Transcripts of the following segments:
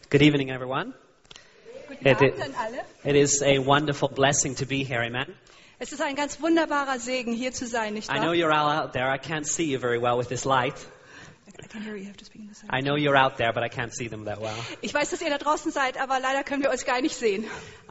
Good evening, everyone. Guten Abend an alle. It is a wonderful blessing to be here, amen? Es ist ein ganz wunderbarer Segen, hier zu sein, nicht I wahr? know you're all out there. I can't see you very well with this light. I can hear you, you have to speak in the same. I know you're out there, but I can't see them that well. Ich weiß, dass ihr da draußen seid, aber leider können wir uns gar nicht sehen.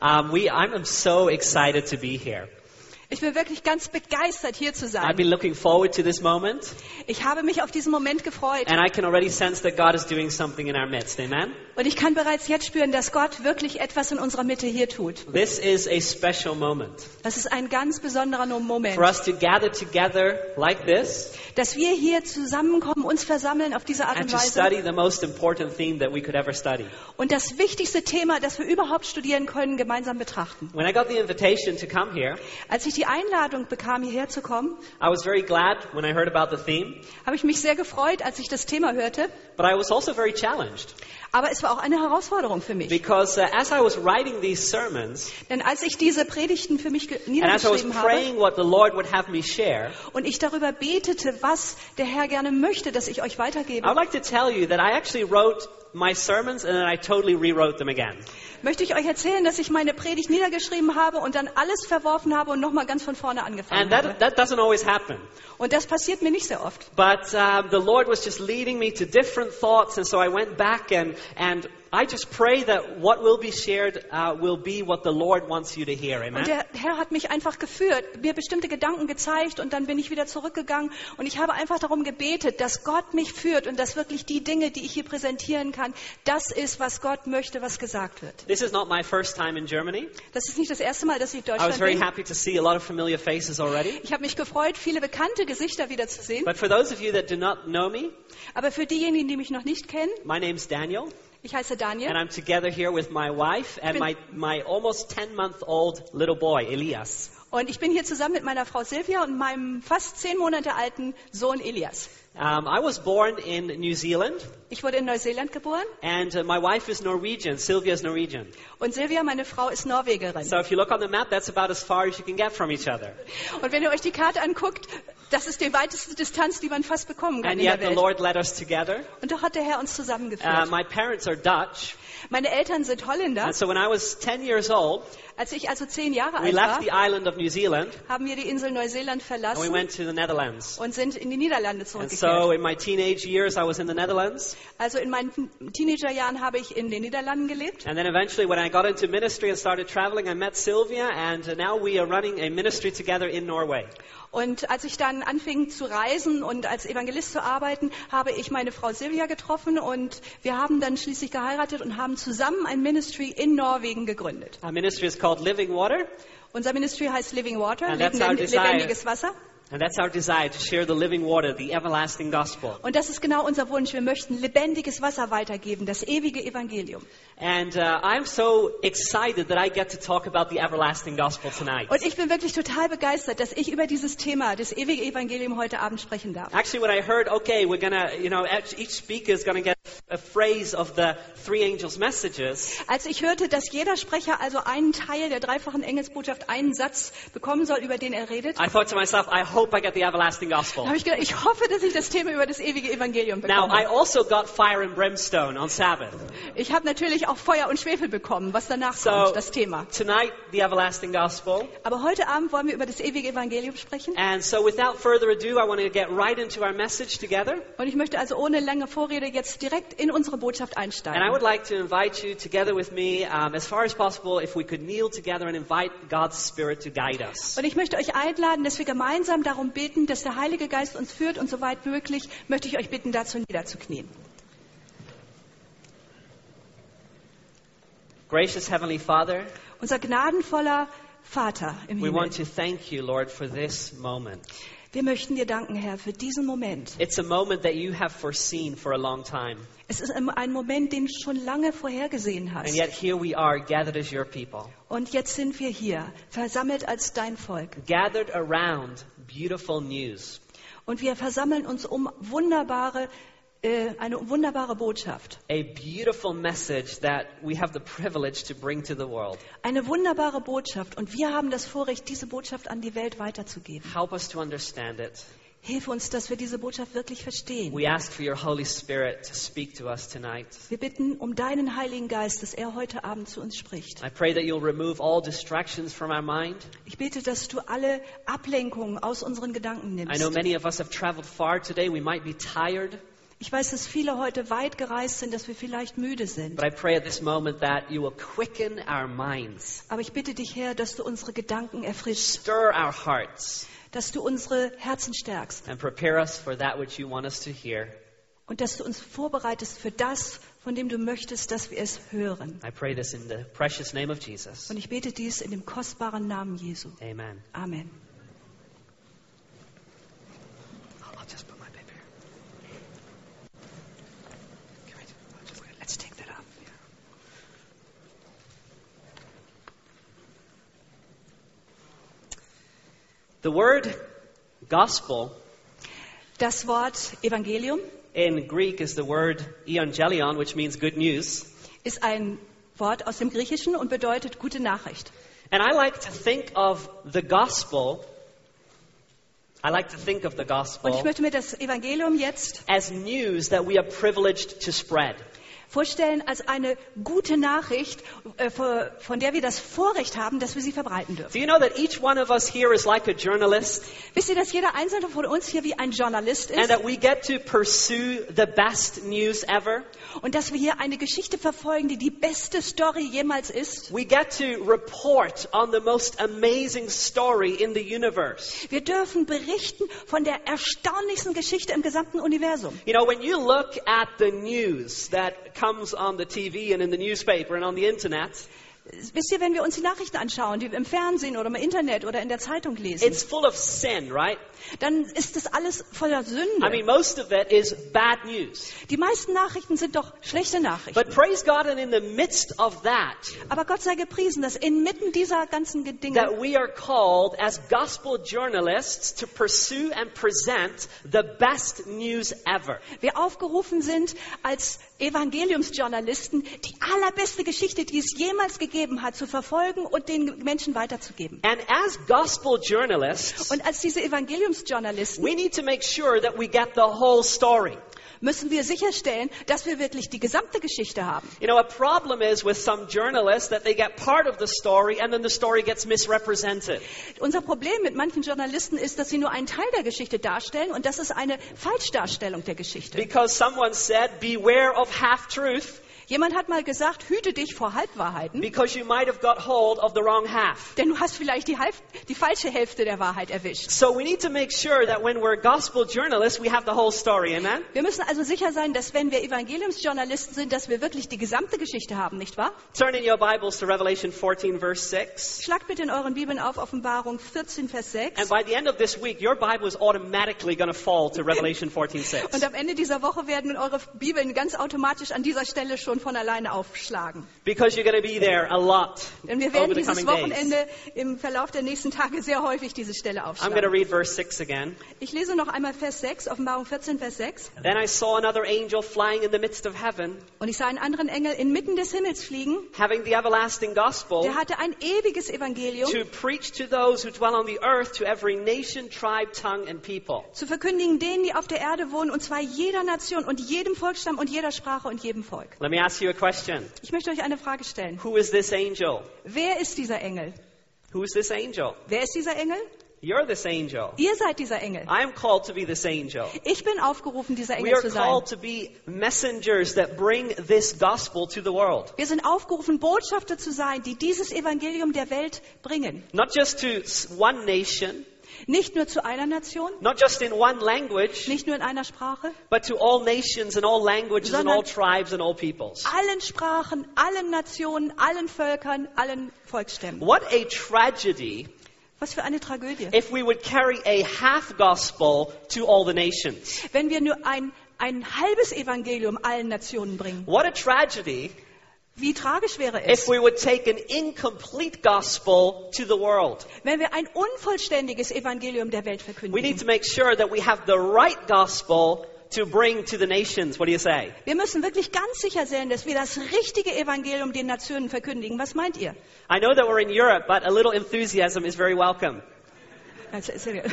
I'm so excited to be here. Ich bin wirklich ganz begeistert, hier zu I've sein. been looking forward to this moment, Ich habe mich auf diesen Moment gefreut. and I can already sense that God is doing something in our midst, amen? Und ich kann bereits jetzt spüren, dass Gott wirklich etwas in unserer Mitte hier tut. This is a special moment Das ist ein ganz besonderer Moment. for us to gather together like this Dass wir hier zusammenkommen, uns versammeln auf diese Art and und to Weise. study the most important theme that we could ever study. Und das wichtigste Thema, das wir überhaupt studieren können, gemeinsam betrachten. When I got the invitation to come here, Als ich die Einladung bekam, hierher zu kommen, I was very glad when I heard about the theme, habe ich mich sehr gefreut, als ich das Thema hörte. but I was also very challenged Aber es war auch eine Herausforderung für mich. because as I was writing these sermons Denn als ich diese Predigten für mich and as I was niedergeschrieben habe praying what the Lord would have me share, und ich darüber betete, was der Herr gerne möchte, dass ich euch I weitergebe, would like to tell you that I actually wrote my sermons and then I totally rewrote them again. möchte ich euch erzählen, dass ich meine Predigt niedergeschrieben habe und dann alles verworfen habe und nochmal ganz von vorne angefangen And habe. that doesn't always happen. Und das passiert mir nicht sehr oft. But the Lord was just leading me to different thoughts, and so I went back and I just pray that what will be shared will be what the Lord wants you to hear. Amen? Und der Herr hat mich einfach geführt, mir bestimmte Gedanken gezeigt und dann bin ich wieder zurückgegangen und ich habe einfach darum gebetet, dass Gott mich führt und dass wirklich die Dinge, die ich hier präsentieren kann, das ist, was Gott möchte, was gesagt wird. This is not my first time in Germany. Das ist nicht das erste Mal, dass ich in I was Deutschland very bin. happy to see a lot of familiar faces already. Ich habe mich gefreut, viele bekannte Gesichter wiederzusehen. But for those of you that do not know me, Aber für diejenigen, die mich noch nicht kennen, my name's Daniel, ich heiße Daniel and I'm together here with my wife and my almost 10-month-old little boy, Elias. und ich bin hier zusammen mit meiner Frau Silvia und meinem fast 10 Monate alten Sohn Elias. I was born in New Zealand, Ich wurde in Neuseeland geboren and my wife is Norwegian. Sylvia is Norwegian. und Silvia, meine Frau, ist Norwegerin. So if you look on the map, that's about as far as you can get from each other. Und wenn ihr euch die Karte anguckt, das ist die weiteste Distanz, die man fast bekommen kann And in der yet the Welt. Lord led us together. Und doch hat der Herr uns zusammengeführt. My parents are Dutch, Meine Eltern sind Holländer. and so when I was 10 years old, Als ich also 10 Jahre we alt left war, the island of New Zealand haben wir die Insel Neuseeland and we verlassen went to the Netherlands. und sind in die Niederlande And zurückgekehrt. so in my teenage years, I was in the Netherlands. Also in meinen Teenagerjahren habe ich in den Niederlanden gelebt. And then eventually when I got into ministry and started traveling, I met Sylvia, and now we are running a ministry together in Norway. Und als ich dann anfing zu reisen und als Evangelist zu arbeiten, habe ich meine Frau Silvia getroffen und wir haben dann schließlich geheiratet und haben zusammen ein Ministry in Norwegen gegründet. Our ministry is called Living Water, Unser Ministry heißt Living Water, And that's our desire. lebendiges Wasser. and that's our desire to share the living water, the everlasting gospel. Und das ist genau unser Wunsch. Wir möchten lebendiges Wasser weitergeben, das ewige Evangelium. And I'm so excited that I get to talk about the everlasting gospel tonight. Und ich bin wirklich total begeistert, dass ich über dieses Thema, das ewige Evangelium, heute Abend sprechen darf. Actually, when I heard, okay, we're gonna, each speaker is gonna get a phrase of the three angels' messages, Als ich hörte, dass jeder Sprecher also einen Teil der dreifachen Engelsbotschaft, einen Satz bekommen soll, über den er redet, I thought to myself, I hope I get the everlasting gospel. habe ich gedacht, ich hoffe, dass ich das Thema über das ewige Evangelium Now, I bekomme. also got fire and brimstone on Sabbath. Ich habe natürlich auch Feuer und Schwefel bekommen, was danach So, kommt, das Thema. tonight, the everlasting gospel. Aber heute Abend wollen wir über das ewige Evangelium sprechen. And so without further ado, I want to get right into our message together. Und ich möchte also ohne lange Vorrede jetzt direkt in unsere Botschaft And I einsteigen. would like to invite you together with me, as far as possible, if we could kneel together and invite God's Spirit to guide us. Und ich möchte euch einladen, dass wir gemeinsam darum beten, dass der Heilige Geist uns führt und soweit möglich möchte ich euch bitten, dazu niederzuknien. Gracious Heavenly Father, Unser gnadenvoller Vater im we Himmel, want to thank you, Lord, for this moment. wir möchten dir danken, Herr, für diesen Moment. It's a moment that you have foreseen for a long time. Es ist ein Moment, den du schon lange vorhergesehen And hast. yet here we are, gathered as your people, Und jetzt sind wir hier, versammelt als dein Volk. gathered around beautiful news. Und wir versammeln uns um eine wunderbare Botschaft. A beautiful message that we have the privilege to bring to the world. Eine wunderbare Botschaft. Und wir haben das Vorrecht, diese Botschaft an die Welt weiterzugeben. Help us to understand it. Hilf uns, dass wir diese Botschaft wirklich verstehen. We ask for your Holy Spirit to speak to us tonight. Wir bitten um deinen Heiligen Geist, dass er heute Abend zu uns spricht. I pray that you'll remove all distractions from our mind. Ich bete, dass du alle Ablenkungen aus unseren Gedanken I know nimmst. many of us have traveled far today. We might be tired, Ich weiß, dass viele heute weit gereist sind, dass wir vielleicht müde sind. but I pray at this moment that you will quicken our minds, Aber ich bitte dich, Herr, dass du unsere Gedanken erfrischst, stir our hearts, dass du unsere Herzen stärkst and prepare us for that which you want us to hear. und dass du uns vorbereitest für das, von dem du möchtest, dass wir es hören. I pray this in the precious name of Jesus. Und ich bete dies in dem kostbaren Namen Jesu. Amen. Amen. I'll just put my paper here. Let's take that up. The word gospel Das Wort Evangelium in Greek is the word evangelion, which means good news. ist ein Wort aus dem Griechischen und bedeutet gute Nachricht. And I like to think of the gospel. I like to think of the Und ich gospel möchte mir das Evangelium jetzt as news that we are privileged to spread. vorstellen als eine gute Nachricht, von der wir das Vorrecht haben, dass wir sie verbreiten dürfen. Do you know that each one of us here is like a journalist Wisst ihr, dass jeder einzelne von uns hier wie ein Journalist and ist that we get to pursue the best news ever? und dass wir hier eine Geschichte verfolgen, die die beste Story jemals ist? We get to report on the most amazing story in the universe. Wir dürfen berichten von der erstaunlichsten Geschichte im gesamten Universum. You know, when you look at the news that comes on the TV and in the newspaper and on the internet, Wisst ihr, wenn wir uns die Nachrichten anschauen, die wir im Fernsehen oder im Internet oder in der Zeitung lesen, it's full of sin, right? dann ist das alles voller I Sünde. mean, most of it is bad news. Die meisten Nachrichten sind doch schlechte Nachrichten. But praise God, and in the midst of that, Aber Gott sei gepriesen, dass inmitten dieser ganzen Dinge that we are called as gospel journalists to pursue and present the best news ever. wir aufgerufen sind, als Evangeliumsjournalisten die allerbeste Geschichte, die es jemals gegeben hat, zu verfolgen und den Menschen weiterzugeben. And as gospel journalists, Und als diese Evangeliumsjournalisten we need to make sure that we get the whole story. müssen wir sicherstellen, dass wir wirklich die gesamte Geschichte haben. You know, a problem is with some journalists that they get part of the story and then the story gets misrepresented. Unser Problem mit manchen Journalisten ist, dass sie nur einen Teil der Geschichte darstellen und das ist eine Falschdarstellung der Geschichte. Because someone said, beware of half-truth, Jemand hat mal gesagt, hüte dich vor Halbwahrheiten, because you might have got hold of the wrong half. denn du hast vielleicht die falsche Hälfte der Wahrheit erwischt. So we need to make sure that when we're gospel journalists, we have the whole story, amen? Wir müssen also sicher sein, dass wenn wir Evangeliumsjournalisten sind, dass wir wirklich die gesamte Geschichte haben, nicht wahr? Turn in your Bibles to Revelation 14, verse 6. Schlagt bitte in euren Bibeln auf Offenbarung 14, Vers 6. And by the end of this week, your Bible is automatically going to fall to Revelation 14, 6. Und am Ende dieser Woche werden eure Bibeln ganz automatisch an dieser Stelle schon von alleine aufschlagen. Because you're going to be there a lot Denn wir over werden the dieses coming days. Wochenende im Verlauf der nächsten Tage sehr häufig diese Stelle I'm going to aufschlagen. read verse 6 again. Ich lese noch einmal Vers 6, Offenbarung 14, Vers 6. Then I saw another angel flying in the midst of heaven, Und ich sah einen anderen Engel inmitten des Himmels fliegen. having the everlasting gospel Der hatte ein ewiges Evangelium to preach to those who dwell on the earth, to every nation, tribe, tongue, and people. zu verkündigen denen, die auf der Erde wohnen, und zwar jeder Nation und jedem Volksstamm und jeder Sprache und jedem Volk. Let me ask you a question. Ich möchte euch eine Frage stellen. Who is this angel? Wer ist dieser Engel? Who is this angel? Wer ist dieser Engel? You're this angel. Ihr seid dieser Engel. I am called to be this angel. Ich bin aufgerufen, dieser We Engel are zu sein. called to be messengers that bring this gospel to the world. Wir sind aufgerufen, Botschafter zu sein, die dieses Evangelium der Welt bringen. Not just to one nation, Nicht nur zu einer Nation, not just in one language, nicht nur in einer Sprache, but to all nations and all languages and all tribes and all peoples. allen Sprachen, allen Nationen, allen Völkern, allen Volksstämmen. What a tragedy Was für eine Tragödie. if we would carry a half gospel to all the nations. Wenn wir nur ein halbes Evangelium allen Nationen bringen. What a tragedy Wie tragisch wäre if es, we would take an incomplete gospel to the world. wenn wir ein unvollständiges Evangelium der Welt We need verkündigen. to make sure that we have the right gospel to bring to the nations. What do you say? Wir müssen wirklich ganz sicher sein, dass wir das richtige Evangelium den Nationen verkündigen. Was meint ihr? I know that we're in Europe, but a little enthusiasm is very welcome. Also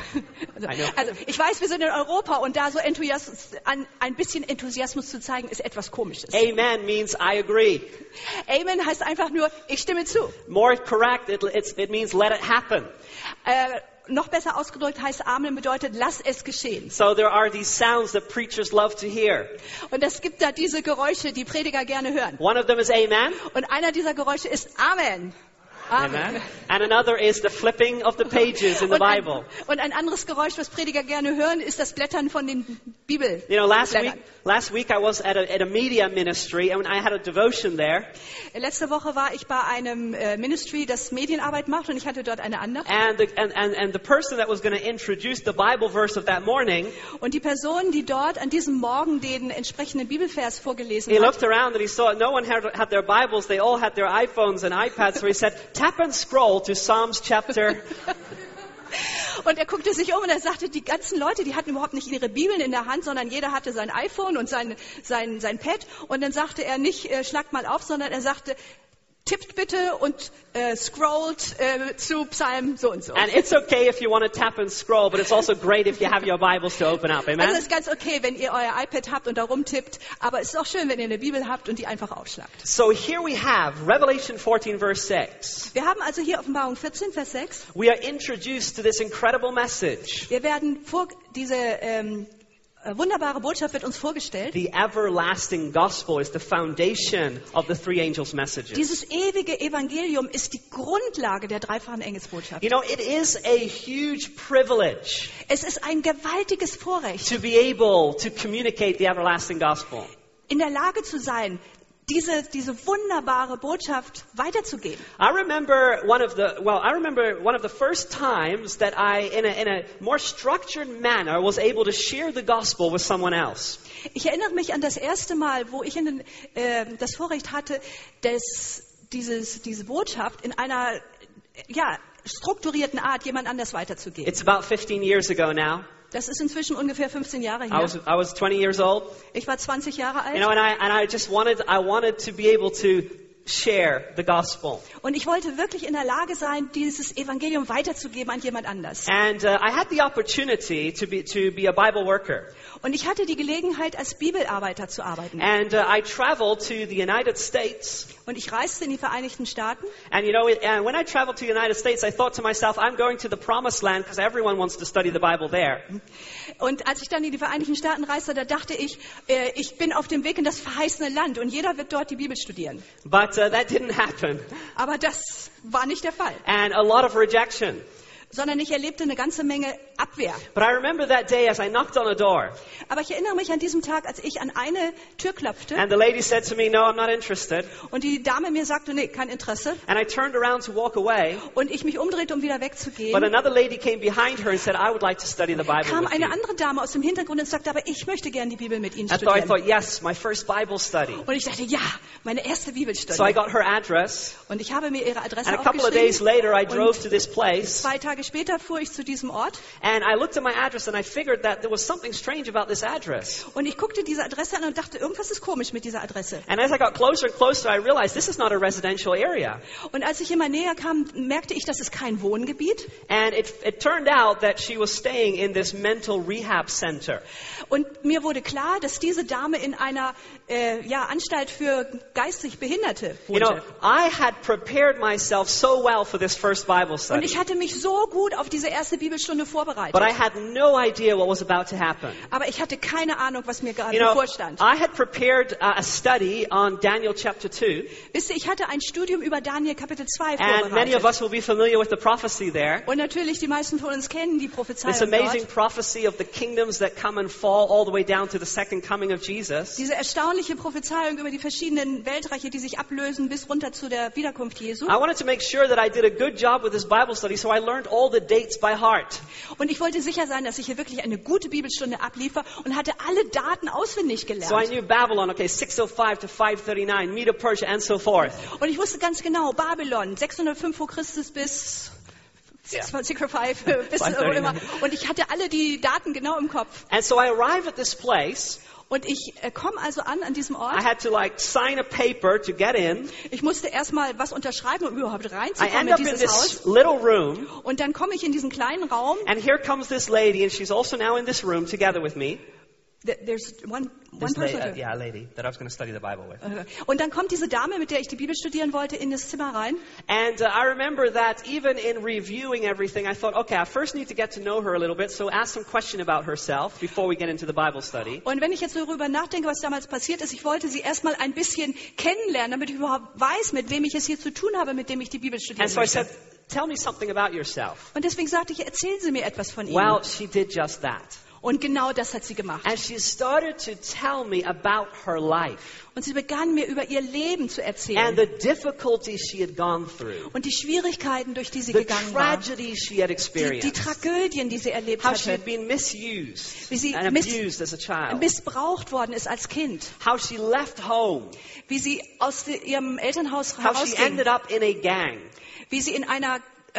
ich weiß, wir sind in Europa und da so ein bisschen Enthusiasmus zu zeigen, ist etwas Komisches. Amen means I agree. Amen heißt einfach nur, ich stimme zu. More correct, it means let it happen. Noch besser ausgedrückt heißt Amen bedeutet, lass es geschehen. So there are these sounds that preachers love to hear. Und es gibt da diese Geräusche, die Prediger gerne hören. One of them is amen. Und einer dieser Geräusche ist Amen. Amen. And another is the flipping of the pages in the Bible. Und ein anderes Geräusch, was Prediger gerne hören, ist das Blättern von den Bibeln. You know, last week I was at a media ministry and I had a devotion there. Letzte Woche war ich bei einem Ministry, das Medienarbeit macht, und ich hatte dort eine Andacht. And the person that was going to introduce the Bible verse of that morning, und die Person, die dort an diesem Morgen den entsprechenden Bibelvers vorgelesen he hat, looked around and he saw no one had their Bibles, they all had their iPhones and iPads, so he said, tap and scroll to Psalms chapter. Und er guckte sich um und er sagte, die ganzen Leute, die hatten überhaupt nicht ihre Bibeln in der Hand, sondern jeder hatte sein iPhone und sein Pad. Und dann sagte er nicht, schlagt mal auf, sondern er sagte, tippt bitte und scrollt zu Psalm so und so. And it's okay if you want to tap and scroll, but it's also great if you have your Bibles to open up. Amen? Also es ist ganz okay, wenn ihr euer iPad habt und da rumtippt, aber es ist auch schön, wenn ihr eine Bibel habt und die einfach aufschlagt. So here we have Revelation 14 verse 6. Wir haben also hier Offenbarung 14, Vers 6. We are introduced to this incredible message. Wir werden diese wunderbare Botschaft wird uns vorgestellt. The everlasting gospel is the foundation of the three angels' messages. Dieses ewige Evangelium ist die Grundlage der dreifachen Engelsbotschaft. You know, it is a huge privilege Es ist ein gewaltiges Vorrecht, to be able to communicate the everlasting gospel. in der Lage zu sein, diese wunderbare Botschaft weiterzugeben. I remember one of the first times that I, in a more structured manner, was able to share the gospel with someone else. Ich erinnere mich an das erste Mal, wo ich das Vorrecht hatte, diese Botschaft in einer strukturierten Art jemand anders weiterzugeben. It's about 15 years ago now. Das ist inzwischen ungefähr 15 Jahre I her. was 20 years old. Ich war 20 Jahre alt. You know, and I just wanted to be able to share the gospel. Und ich wollte wirklich in der Lage sein, dieses Evangelium weiterzugeben an jemand anders. And I had the opportunity to be a Bible worker. Und ich hatte die Gelegenheit, als Bibelarbeiter zu arbeiten. And I traveled to the United States. Und ich reiste in die Vereinigten Staaten. And you know, when I traveled to the United States, I thought to myself, I'm going to the promised land because everyone wants to study the Bible there. Und als ich dann in die Vereinigten Staaten reiste, da dachte ich, ich bin auf dem Weg in das verheißene Land und jeder wird dort die Bibel studieren. But that didn't happen. Aber das war nicht der Fall. And a lot of rejection. Sondern ich erlebte eine ganze Menge Abwehr. But I remember that day as I knocked on a door. Aber ich erinnere mich an diesem Tag, als ich an eine Tür klopfte. And the lady said to me, no, I'm not interested. Und die Dame mir sagte, nee, kein Interesse. And I turned around to walk away. Und ich mich umdrehte, um wieder wegzugehen. But another lady came behind her and said, I would like to study the Bible Kam with eine you. andere Dame aus dem Hintergrund und sagte, aber ich möchte gerne die Bibel mit Ihnen And so I studieren. thought, yes, my first Bible study. Und ich dachte, ja, meine erste Bibelstunde. So I got her address. Und ich habe mir ihre Adresse And a couple of days aufgeschrieben. later, I drove Und to this place. 2 Tage später fuhr ich zu diesem Ort. And I looked at my address and I figured that there was something strange about this address. Und ich guckte diese Adresse an und dachte, irgendwas ist komisch mit dieser Adresse. And as I got closer and closer, I realized this is not a residential area. Und als ich immer näher kam, merkte ich, das ist kein Wohngebiet. And it turned out that she was staying in this mental rehab center. Und mir wurde klar, dass diese Dame in einer Anstalt für geistig Behinderte You know, wohnte. I had prepared myself so well for this first Bible Und study. ich hatte mich so gut auf diese erste Bibelstunde vorbereitet. But I had no idea what was about to happen. Aber ich hatte keine Ahnung, was mir gerade You know, bevorstand. I had prepared a study on Daniel chapter 2. Wisst ihr, ich hatte ein Studium über Daniel Kapitel 2 And many of vorbereitet. us will be familiar with the prophecy there. Und natürlich, die meisten von uns kennen die Prophezeiung This amazing dort. prophecy of the kingdoms that come and fall all the way down to the second coming of Jesus. Diese erstaunliche Prophezeiung über die verschiedenen Weltreiche, die sich ablösen bis runter zu der Wiederkunft Jesu. I wanted to make sure that I did a good job with this Bible study, so I learned all the dates by heart. Und ich wollte sicher sein, dass ich hier wirklich eine gute Bibelstunde abliefer und hatte alle Daten auswendig gelernt. So I knew Babylon, okay, 605 to 539, Medo-Persia, and so forth. Und ich wusste ganz genau, Babylon, 605 vor Christus bis 605, bis immer. Und ich hatte alle die Daten genau im Kopf. And so I arrived at this place. Und ich komme also an diesem I Ort. had to like sign a paper to get in. Ich musste erstmal was unterschreiben, um überhaupt I reinzukommen end in up in dieses Haus. this little room, Und dann komme ich in diesen kleinen Raum. and here comes this lady, and she's also now in this room together with me. There's one This person. a lady that I was going to study the Bible with. Und dann kommt diese Dame, mit der ich die Bibel studieren wollte, in das Zimmer rein. And I remember that even in reviewing everything, I thought, okay, I first need to get to know her a little bit, so ask some question about herself before we get into the Bible study. Und wenn ich jetzt so darüber nachdenke, was damals passiert ist, ich wollte sie erstmal ein bisschen kennenlernen, damit ich überhaupt weiß, mit wem ich es hier zu tun habe, mit dem ich die Bibel studieren And so I möchte. said, tell me something about yourself. Und deswegen sagte ich, erzählen Sie mir etwas von Ihnen. Well, she did just that. Und genau das hat sie gemacht. And she started to tell me about her life Und sie begann mir über ihr Leben zu and erzählen. the difficulties she had gone through, Und die Schwierigkeiten, durch die sie the gegangen war. tragedies she had Die experienced, Tragödien, die sie erlebt how she hatte. had been misused Wie sie and abused as a child, missbraucht worden ist als Kind. how she left home, Wie sie aus ihrem Elternhaus how she herausging. ended up in a gang, Wie sie in einer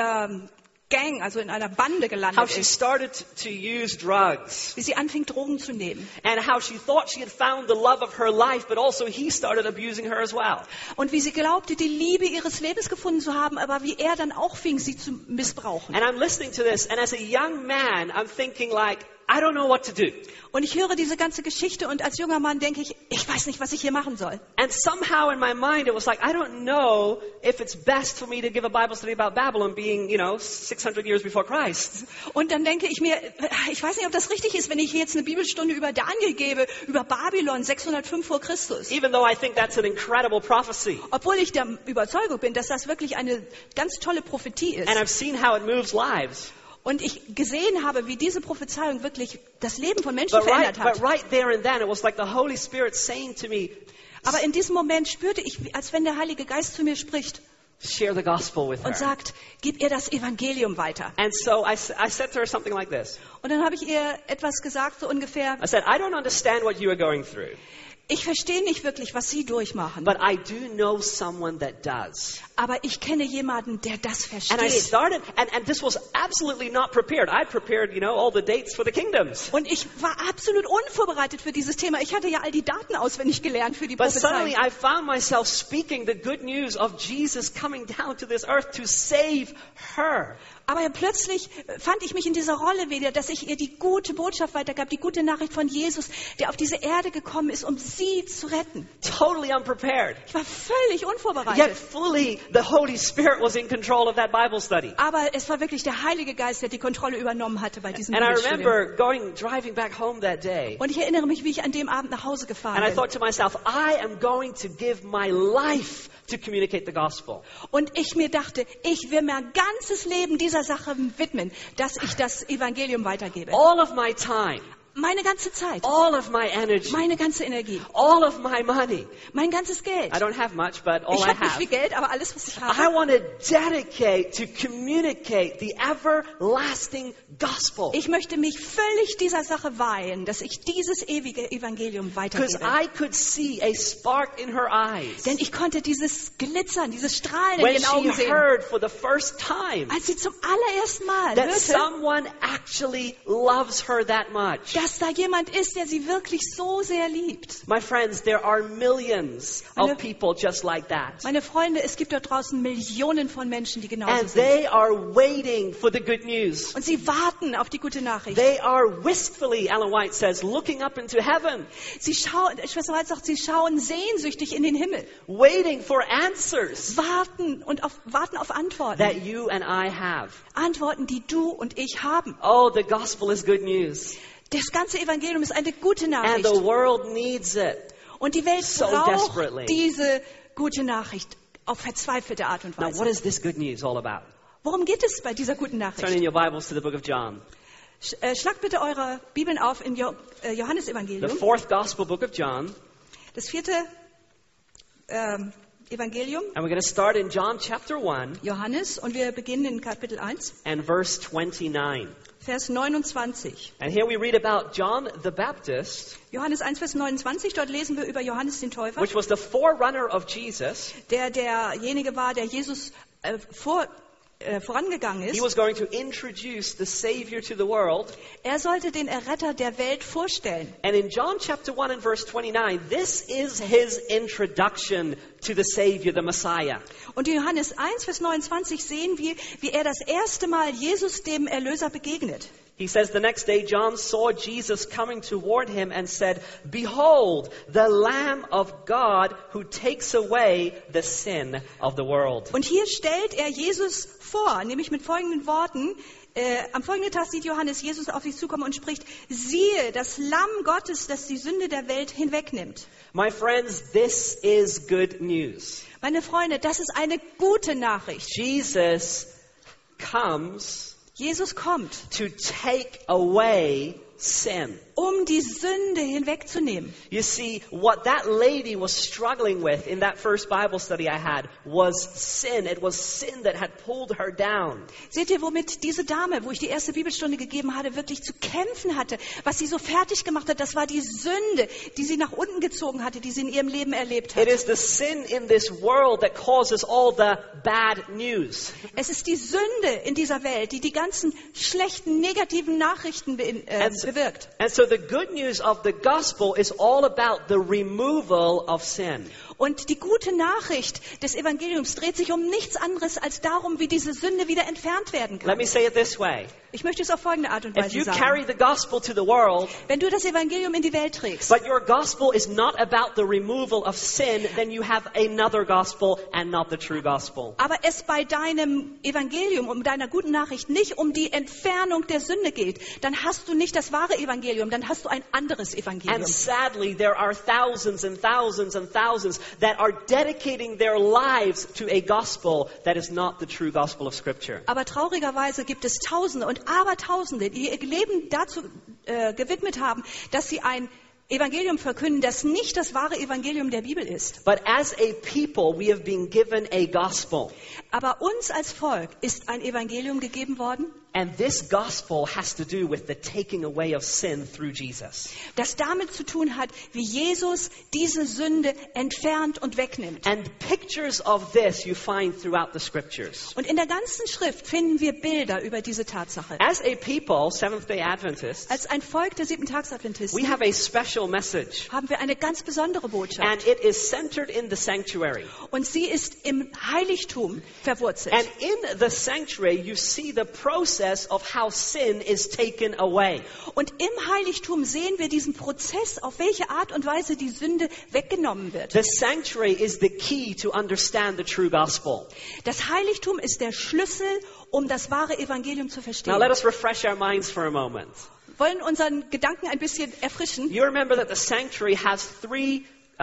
Gang, also in einer Bande how gelandet she ist. started to use drugs, Wie sie anfing, Drogen zu nehmen. and how she thought she had found the love of her life, but also he started abusing her as well. Und wie sie glaubte, die Liebe ihres Lebens gefunden zu haben, aber wie er dann auch fing, sie zu missbrauchen. And I'm listening to this, and as a young man, I'm thinking like, I don't know what to do. Und ich höre diese ganze Geschichte und als junger Mann denke ich weiß nicht, was ich hier machen soll. And somehow in my mind, it was like, I don't know if it's best for me to give a Bible study about Babylon being, 600 years before Christ. Und dann denke ich mir, ich weiß nicht, ob das richtig ist, wenn ich hier jetzt eine Bibelstunde über Daniel gebe, über Babylon 605 vor Christus. Even though I think that's an incredible prophecy. Obwohl ich der Überzeugung bin, dass das wirklich eine ganz tolle Prophetie ist. And I've seen how it moves lives. Und ich gesehen habe, wie diese Prophezeiung wirklich das Leben von Menschen verändert hat. But right there and then, it was like the Holy Spirit saying to me, Aber in diesem Moment spürte ich, als wenn der Heilige Geist zu mir spricht share the gospel with her. und sagt, gib ihr das Evangelium weiter. And so I said to her something like this. Und dann habe ich ihr etwas gesagt, so ungefähr, I said, I don't understand what you are going through, ich verstehe nicht wirklich, was Sie durchmachen, but I do know someone that does. aber ich kenne jemanden, der das And I versteht. started, and this was absolutely not prepared. I'd prepared, all the dates for the kingdoms. Und ich war absolut unvorbereitet für dieses Thema. Ich hatte ja all die Daten auswendig gelernt für die But suddenly Prophezeiung. I found myself speaking the good news of Jesus coming down to this earth to save her. Aber plötzlich fand ich mich in dieser Rolle wieder, dass ich ihr die gute Botschaft weitergab, die gute Nachricht von Jesus, der auf diese Erde gekommen ist, um sie zu retten. Totally unprepared. Ich war völlig Yet unvorbereitet. fully the Holy Spirit was in control of that Bible study. Aber es war wirklich der Heilige Geist, der die Kontrolle übernommen hatte bei diesem And I Bibelstudium. remember driving back home that day. Und ich erinnere mich, wie ich an dem Abend nach Hause gefahren And I bin. thought to myself, I am going to give my life to communicate the gospel. Und ich mir dachte, ich will mein ganzes Leben dieser Sache widmen, dass ich das Evangelium weitergebe. All of my time, Meine ganze Zeit, all of my energy, meine ganze Energie, all of my money. mein ganzes Geld. I don't have much, but all Ich I habe nicht viel have. Geld, aber alles, was ich I habe. want to dedicate to communicate the everlasting gospel. Ich möchte mich völlig dieser Sache weihen, dass ich dieses ewige Evangelium Because weitergebe. I could see a spark in her eyes Denn ich konnte dieses Glitzern, dieses Strahlen in when den she Augen sehen. heard for the first time Als sie zum allerersten Mal that hörte, someone actually loves her that much. dass da jemand ist, der sie wirklich so sehr liebt. My friends, there are millions of people just like that. Meine Freunde, es gibt dort draußen Millionen von Menschen, die genauso And sind. they are waiting for the good news. Und sie warten auf die gute Nachricht. They are wistfully, Ellen White says, looking up into heaven, Sie schauen, Schwester White sagt, sie schauen sehnsüchtig in den Himmel. waiting for answers Warten auf Antworten. that you and I have. Antworten, die du und ich haben. Oh, the gospel is good news. Das ganze Evangelium ist eine gute And Nachricht. the world needs it. Und die Welt so braucht desperately. diese gute Nachricht auf verzweifelte Art und Now, what Weise. is this good news all about? Worum geht es bei dieser guten Turn Nachricht? in your Bibles to the book of John, Schlagt bitte eure Bibeln auf in the Johannesevangelium. fourth gospel book of John. Das vierte Evangelium, And we're going to start in John chapter 1 Johannes, und wir beginnen in Kapitel 1, and verse 29. Vers 29. And here we read about John the Baptist, Johannes 1, Vers 29, dort lesen wir über Johannes den Täufer, which was the forerunner of Jesus. der derjenige war, der Jesus vorangegangen He ist. was going to introduce the Savior to the world. Er sollte den Erretter der Welt vorstellen. And in John chapter 1 and verse 29, this is his introduction to the Savior, the Messiah. Und in Johannes 1, Vers 29 sehen wir, wie er das erste Mal Jesus, dem Erlöser, begegnet. He says, the next day John saw Jesus coming toward him and said, "Behold, the Lamb of God who takes away the sin of the world." Und hier stellt er Jesus vor, nämlich mit folgenden Worten. Am folgenden Tag sieht Johannes Jesus auf sich zukommen und spricht, siehe, das Lamm Gottes, das die Sünde der Welt hinwegnimmt. My friends, this is good news. Meine Freunde, das ist eine gute Nachricht. Jesus comes Jesus kommt, to take away sin. um die Sünde hinwegzunehmen. You see, what that lady was struggling with in that first Bible study I had was sin. It was sin that had pulled her down. Seht ihr, womit diese Dame, wo ich die erste Bibelstunde gegeben hatte, wirklich zu kämpfen hatte, was sie so fertig gemacht hat, das war die Sünde, die sie nach unten gezogen hatte, die sie in ihrem Leben erlebt hat. It is the sin in this world that causes all the bad news. Es ist die Sünde in dieser Welt, die die ganzen schlechten, negativen Nachrichten bewirkt. And so the good news of the gospel is all about the removal of sin. Und die gute Nachricht des Evangeliums dreht sich um nichts anderes als darum, wie diese Sünde wieder entfernt werden Let kann. me say it this way. Ich möchte es auf folgende Art und If Weise you sagen. carry the gospel to the world, Wenn du das Evangelium in die Welt trägst, but your gospel is not about the removal of sin, then you have another gospel and not the true gospel. aber es bei deinem Evangelium, um deiner guten Nachricht nicht um die Entfernung der Sünde geht, dann hast du nicht das wahre Evangelium, dann hast du ein anderes Evangelium. And sadly, there are thousands and thousands and thousands that are dedicating their lives to a gospel that is not the true gospel of Scripture. Aber traurigerweise gibt es Tausende und Abertausende, die ihr Leben dazu gewidmet haben, dass sie ein Evangelium verkünden, das nicht das wahre Evangelium der Bibel ist. But as a people, we have been given a gospel. Aber uns als Volk ist ein Evangelium gegeben worden, And this gospel has to do with the taking away of sin through Jesus. das damit zu tun hat, wie Jesus diese Sünde entfernt und wegnimmt. And pictures of this you find throughout the Scriptures. Und in der ganzen Schrift finden wir Bilder über diese Tatsache. As a people, Seventh-day Adventists, Als ein Volk der Siebentagsadventisten we have a special message. haben wir eine ganz besondere Botschaft. And it is centered in the sanctuary. Und sie ist im Heiligtum verwurzelt. And in the sanctuary, you see the process of how sin is taken away. Und im Heiligtum sehen wir diesen Prozess, auf welche Art und Weise die Sünde weggenommen wird. The sanctuary is the key to understand the true gospel. Das Heiligtum ist der Schlüssel, um das wahre Evangelium zu Now verstehen. let us refresh our minds for a moment. Wollen unseren Gedanken ein bisschen erfrischen. You remember that the sanctuary has three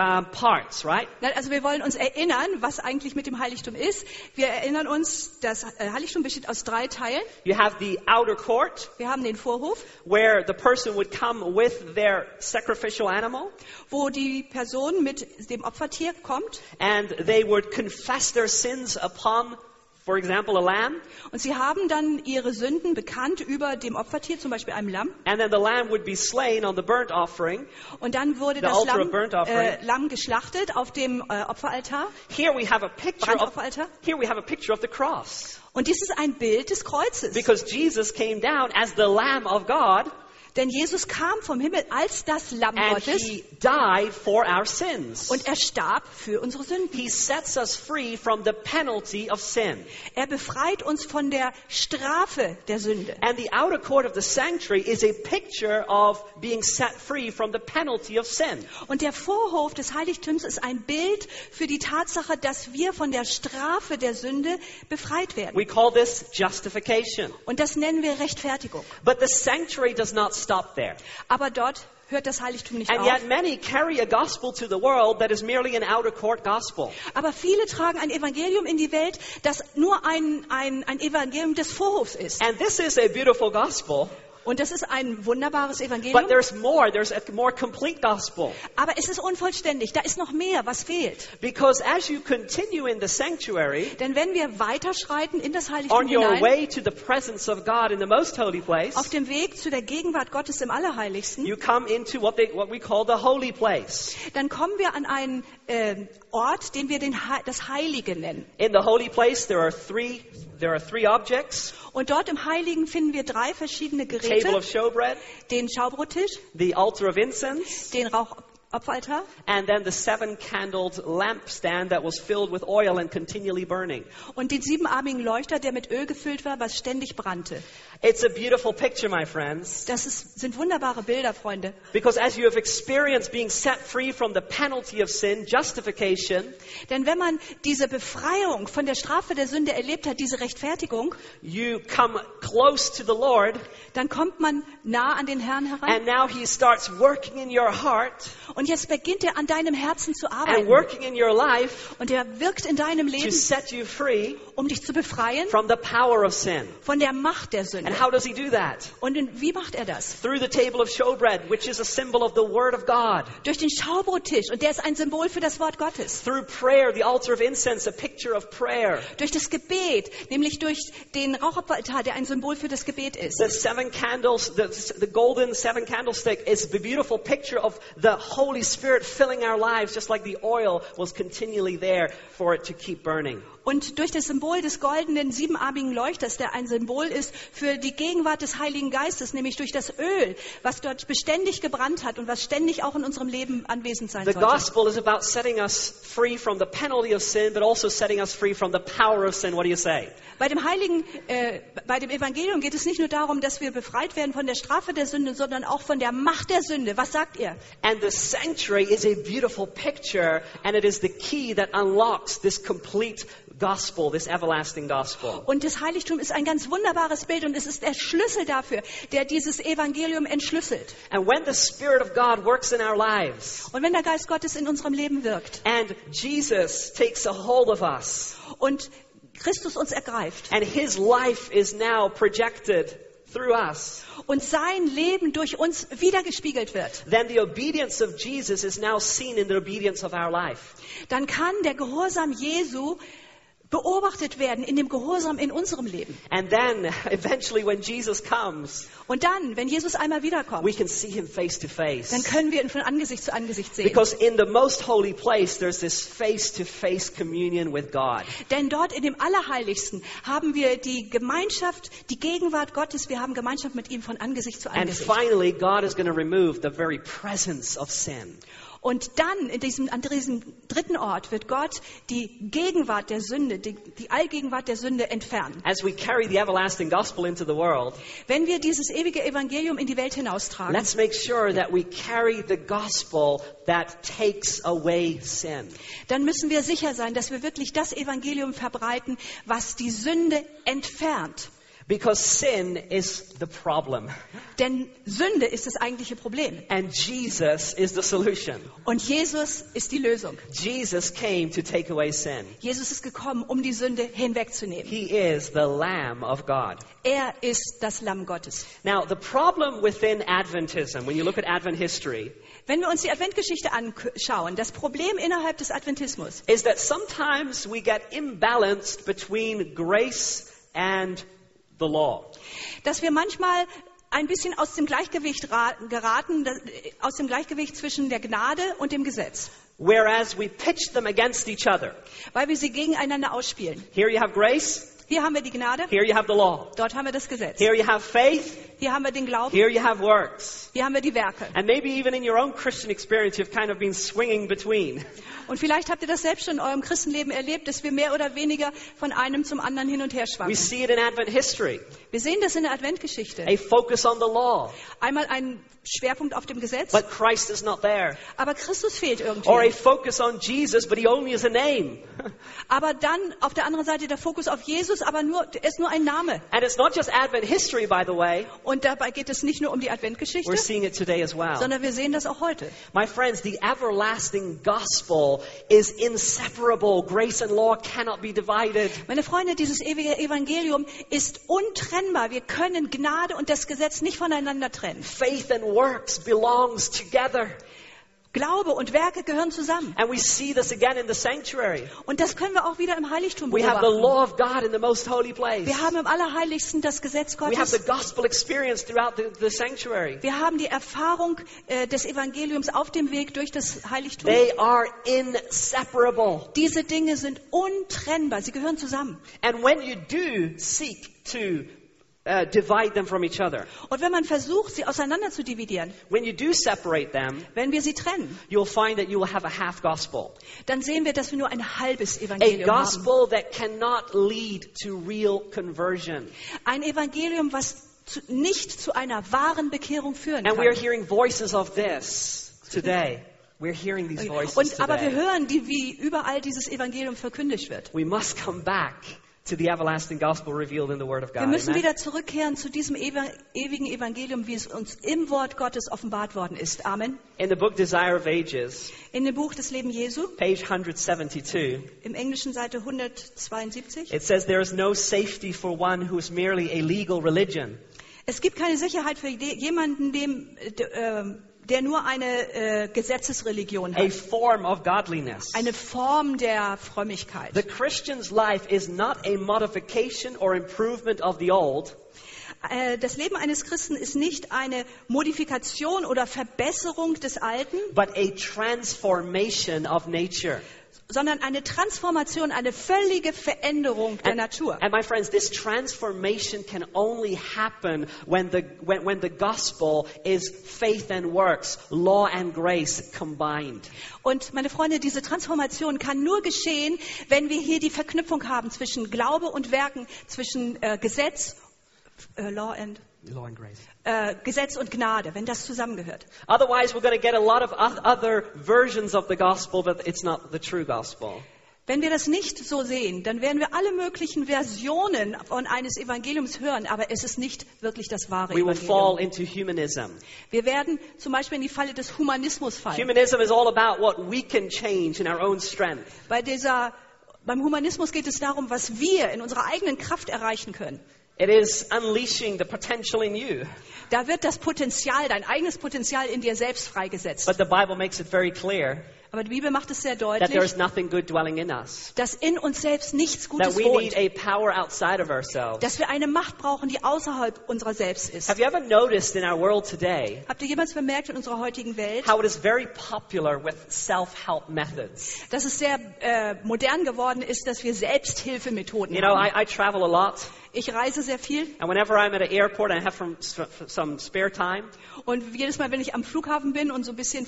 parts, right? Also wir wollen uns erinnern, was eigentlich mit dem Heiligtum ist. Wir erinnern uns, das Heiligtum besteht aus 3 Teilen. You have the outer court, Wir haben den Vorhof, where the person would come with their sacrificial animal, wo die Person mit dem Opfertier kommt. and they would confess their sins upon, for example, a lamb, Und sie haben dann ihre Sünden bekannt über dem Opfertier, zum Beispiel einem Lamm. and then the lamb would be slain on the burnt offering. Und dann wurde The das altar of burnt offering. Lamm geschlachtet auf dem Opferaltar, Here we have a picture of Brandopferaltar. the cross. Und dies ist ein Bild des Kreuzes. Because Jesus came down as the Lamb of God, Denn Jesus kam vom Himmel als das Lamm and Gottes He died for our sins. und er starb für unsere Sünden. He sets us free from the penalty of sin. Er befreit uns von der Strafe der Sünde. And the outer court of the sanctuary is a picture of being set free from the penalty of sin. Und der Vorhof des Heiligtums ist ein Bild für die Tatsache, dass wir von der Strafe der Sünde befreit werden. We call this justification. Und das nennen wir Rechtfertigung. But the sanctuary does not stop there. Aber dort hört das Heiligtum nicht And auf. yet many carry a gospel to the world that is merely an outer court gospel. Aber viele tragen ein Evangelium in die Welt, das nur ein Evangelium des Vorhofs ist. And this is a beautiful gospel. Und das ist ein wunderbares But Evangelium. there's a more complete gospel. Aber es ist unvollständig. Da ist noch mehr, was fehlt. Because as you continue in the sanctuary, Denn wenn wir weiterschreiten in das Heiligtum on your hinein, way to the presence of God in the most holy place, auf dem Weg zu der Gegenwart Gottes im Allerheiligsten, you come into what we call the holy place. dann kommen wir an einen Ort, den wir das Heilige nennen. In the holy place, there are three objects: Und dort im Heiligen finden wir 3 verschiedene table Geräte. of showbread, Den Schaubrottisch, the altar of incense, den Rauchopferaltar and then the 7-candled lampstand that was filled with oil and continually burning. und den 7-armigen Leuchter, der mit Öl gefüllt war, was ständig brannte. It's a beautiful picture, my friends, Sind wunderbare Bilder, Freunde. because as you have experienced being set free from the penalty of sin, justification, Denn wenn man diese Befreiung von der Strafe der Sünde erlebt hat, diese Rechtfertigung, you come close to the Lord, dann kommt man nah an den Herrn heran. and now He starts working in your heart Und jetzt beginnt er an deinem Herzen zu and arbeiten. working in your life Und er wirkt in deinem to Leben, set you free um dich zu befreien from the power of sin. von der Macht der Sünde. And how does He do that? Und wie macht er das? Through the table of showbread, which is a symbol of the Word of God. Durch den Schaubrottisch. Und der ist ein Symbol für das Wort Gottes. Through prayer, the altar of incense, a picture of prayer. Durch das Gebet, nämlich durch den Rauchopferaltar, der ein Symbol für das Gebet ist. The 7 candles, the golden 7 candlestick is a beautiful picture of the Holy Spirit filling our lives, just like the oil was continually there for it to keep burning. Und durch das Symbol des goldenen 7-armigen Leuchters, der ein Symbol ist für die Gegenwart des Heiligen Geistes, nämlich durch das Öl, was dort beständig gebrannt hat und was ständig auch in unserem Leben anwesend sein The sollte. gospel is about setting us free from the penalty of sin, but also setting us free from the power of sin. What do you say? Bei dem Evangelium geht es nicht nur darum, dass wir befreit werden von der Strafe der Sünde, sondern auch von der Macht der Sünde. Was sagt ihr? And the sanctuary is a beautiful picture, and it is the key that unlocks this complete gospel, this everlasting gospel. Und das Heiligtum ist ein ganz wunderbares Bild und es ist der Schlüssel dafür, der dieses Evangelium entschlüsselt. And when the Spirit of God works in our lives, Und wenn der Geist Gottes in unserem Leben wirkt and Jesus takes a hold of us, und Christus uns ergreift and His life is now projected through us, und sein Leben durch uns wiedergespiegelt wird, then the obedience of Jesus is now seen in the obedience of our life. dann kann der Gehorsam Jesu beobachtet werden in dem Gehorsam in unserem Leben. And then, eventually, when Jesus comes, Und dann, wenn Jesus einmal wiederkommt, we can see Him face to face. dann können wir ihn von Angesicht zu Angesicht sehen. Because in the most holy place, there's this face-to-face communion with God. Denn dort in dem Allerheiligsten haben wir die Gemeinschaft, die Gegenwart Gottes, wir haben Gemeinschaft mit ihm von Angesicht zu And Angesicht. finally, God is going to remove the very presence of sin. Und dann an diesem dritten Ort wird Gott die Gegenwart der Sünde, die Allgegenwart der Sünde entfernen. As we carry the everlasting gospel into the world, Wenn wir dieses ewige Evangelium in die Welt hinaustragen, let's make sure that we carry the gospel that takes away sin. dann müssen wir sicher sein, dass wir wirklich das Evangelium verbreiten, was die Sünde entfernt. Because sin is the problem. Denn Sünde ist das eigentliche Problem. And Jesus is the solution. Und Jesus ist die Lösung. Jesus came to take away sin. Jesus ist gekommen, um die Sünde hinwegzunehmen. He is the Lamb of God. Er ist das Lamm Gottes. Now, the problem within Adventism, when you look at Advent history, Wenn wir uns die Adventgeschichte anschauen, das Problem innerhalb des Adventismus is that sometimes we get imbalanced between grace and the law. dass wir manchmal ein bisschen aus dem Gleichgewicht geraten, aus dem Gleichgewicht zwischen der Gnade und dem Gesetz, Whereas we pitch them against each other. weil wir sie gegeneinander ausspielen. Here you have grace, Hier haben wir die Gnade, here you have the law. dort haben wir das Gesetz. Here you have faith, Hier haben wir den Glauben, here you have works. hier haben wir die Werke. And maybe even in your own Christian experience, you've kind of been swinging between. Und vielleicht habt ihr das selbst schon in eurem Christenleben erlebt, dass wir mehr oder weniger von einem zum anderen hin und her We schwanken. see it in Advent history. Wir sehen das in der Adventgeschichte. A focus on the law, Einmal ein Schwerpunkt auf dem Gesetz, but Christ is not there. aber Christus fehlt Or a irgendwie. focus on Jesus, but He only is a name. Aber dann auf der anderen Seite der Fokus auf Jesus, aber er ist nur ein Name. And it's not just Advent history, by the way. Und dabei geht es nicht nur um die Adventgeschichte, We're seeing it today as well. sondern wir sehen das auch heute. My friends, the everlasting gospel is inseparable. Grace and law cannot be divided. Meine Freunde, dieses ewige Evangelium ist untrennbar. Wir können Gnade und das Gesetz nicht voneinander trennen. Faith and works belongs together. Glaube und Werke gehören zusammen. And we see this again in the sanctuary. Und das können wir auch wieder im Heiligtum We have the beobachten. law of God in the most holy place. Wir haben im Allerheiligsten das Gesetz We have the Gottes. gospel experience throughout the sanctuary. Wir haben die Erfahrung des Evangeliums auf dem Weg durch das Heiligtum. They are inseparable. Diese Dinge sind untrennbar. Sie gehören zusammen. And when you do seek to divide them from each other, Und wenn man versucht, sie auseinander zu dividieren, when you do separate them, wenn wir sie trennen, you'll find that you will have a half gospel. dann sehen wir, dass wir nur ein halbes A Evangelium haben. gospel that cannot lead to real conversion. Ein Evangelium, was nicht zu einer wahren Bekehrung führen And we are kann. hearing voices of this today. We're hearing these voices Aber wir today. hören, wie überall dieses Evangelium verkündigt wird. We must come back to the everlasting gospel revealed in the Word of Wir God. müssen Amen? wieder zurückkehren zu diesem ewigen Evangelium, wie es uns im Wort Gottes offenbart worden ist. Amen. In the book Desire of Ages, In dem Buch des Leben Jesu, page 172, im Englischen Seite 172. it says, "There is no safety for one who is merely a legal religion, Es gibt keine Sicherheit für jemanden, der nur eine Gesetzesreligion a hat. form of godliness." Eine Form der Frömmigkeit. The Christian's life is not a modification or improvement of the old, Das Leben eines Christen ist nicht eine Modifikation oder Verbesserung des Alten, but a transformation of nature. sondern eine Transformation, eine völlige Veränderung der Natur. And my friends, this transformation can only happen when the gospel is faith and works, law and grace combined. Und meine Freunde, diese Transformation kann nur geschehen, wenn wir hier die Verknüpfung haben zwischen Glaube und Werken, zwischen Gesetz, Law and Law and grace. Gesetz und Gnade, wenn das zusammengehört. Otherwise, we're going to get a lot of other versions of the gospel, but it's not the true gospel. Wenn wir das nicht so sehen, dann werden wir alle möglichen Versionen von eines Evangeliums hören, aber es ist nicht wirklich das wahre We will fall Evangelium. into humanism. Wir werden zum Beispiel in die Falle des Humanismus fallen. Humanism is all about what we can change in our own strength. Beim Humanismus geht es darum, was wir in unserer eigenen Kraft erreichen können. It is unleashing the potential in you. Da wird das Potenzial, dein eigenes Potenzial in dir selbst freigesetzt. But the Bible makes it very clear Aber die Bibel macht es sehr that there is deutlich, nothing good dwelling in us. dass in uns selbst nichts That Gutes we need wohnt. a power outside of ourselves. Dass wir eine Macht brauchen, die außerhalb unserer selbst ist. Have you ever noticed in our world today Habt ihr jemals bemerkt in unserer heutigen Welt, how it is very popular with self-help methods? dass es sehr modern geworden ist, dass wir Selbsthilfemethoden You know, haben? I travel a lot, Ich reise sehr viel and whenever I'm at an airport and I have some spare time, und jedes Mal, wenn ich am Flughafen bin und so ein bisschen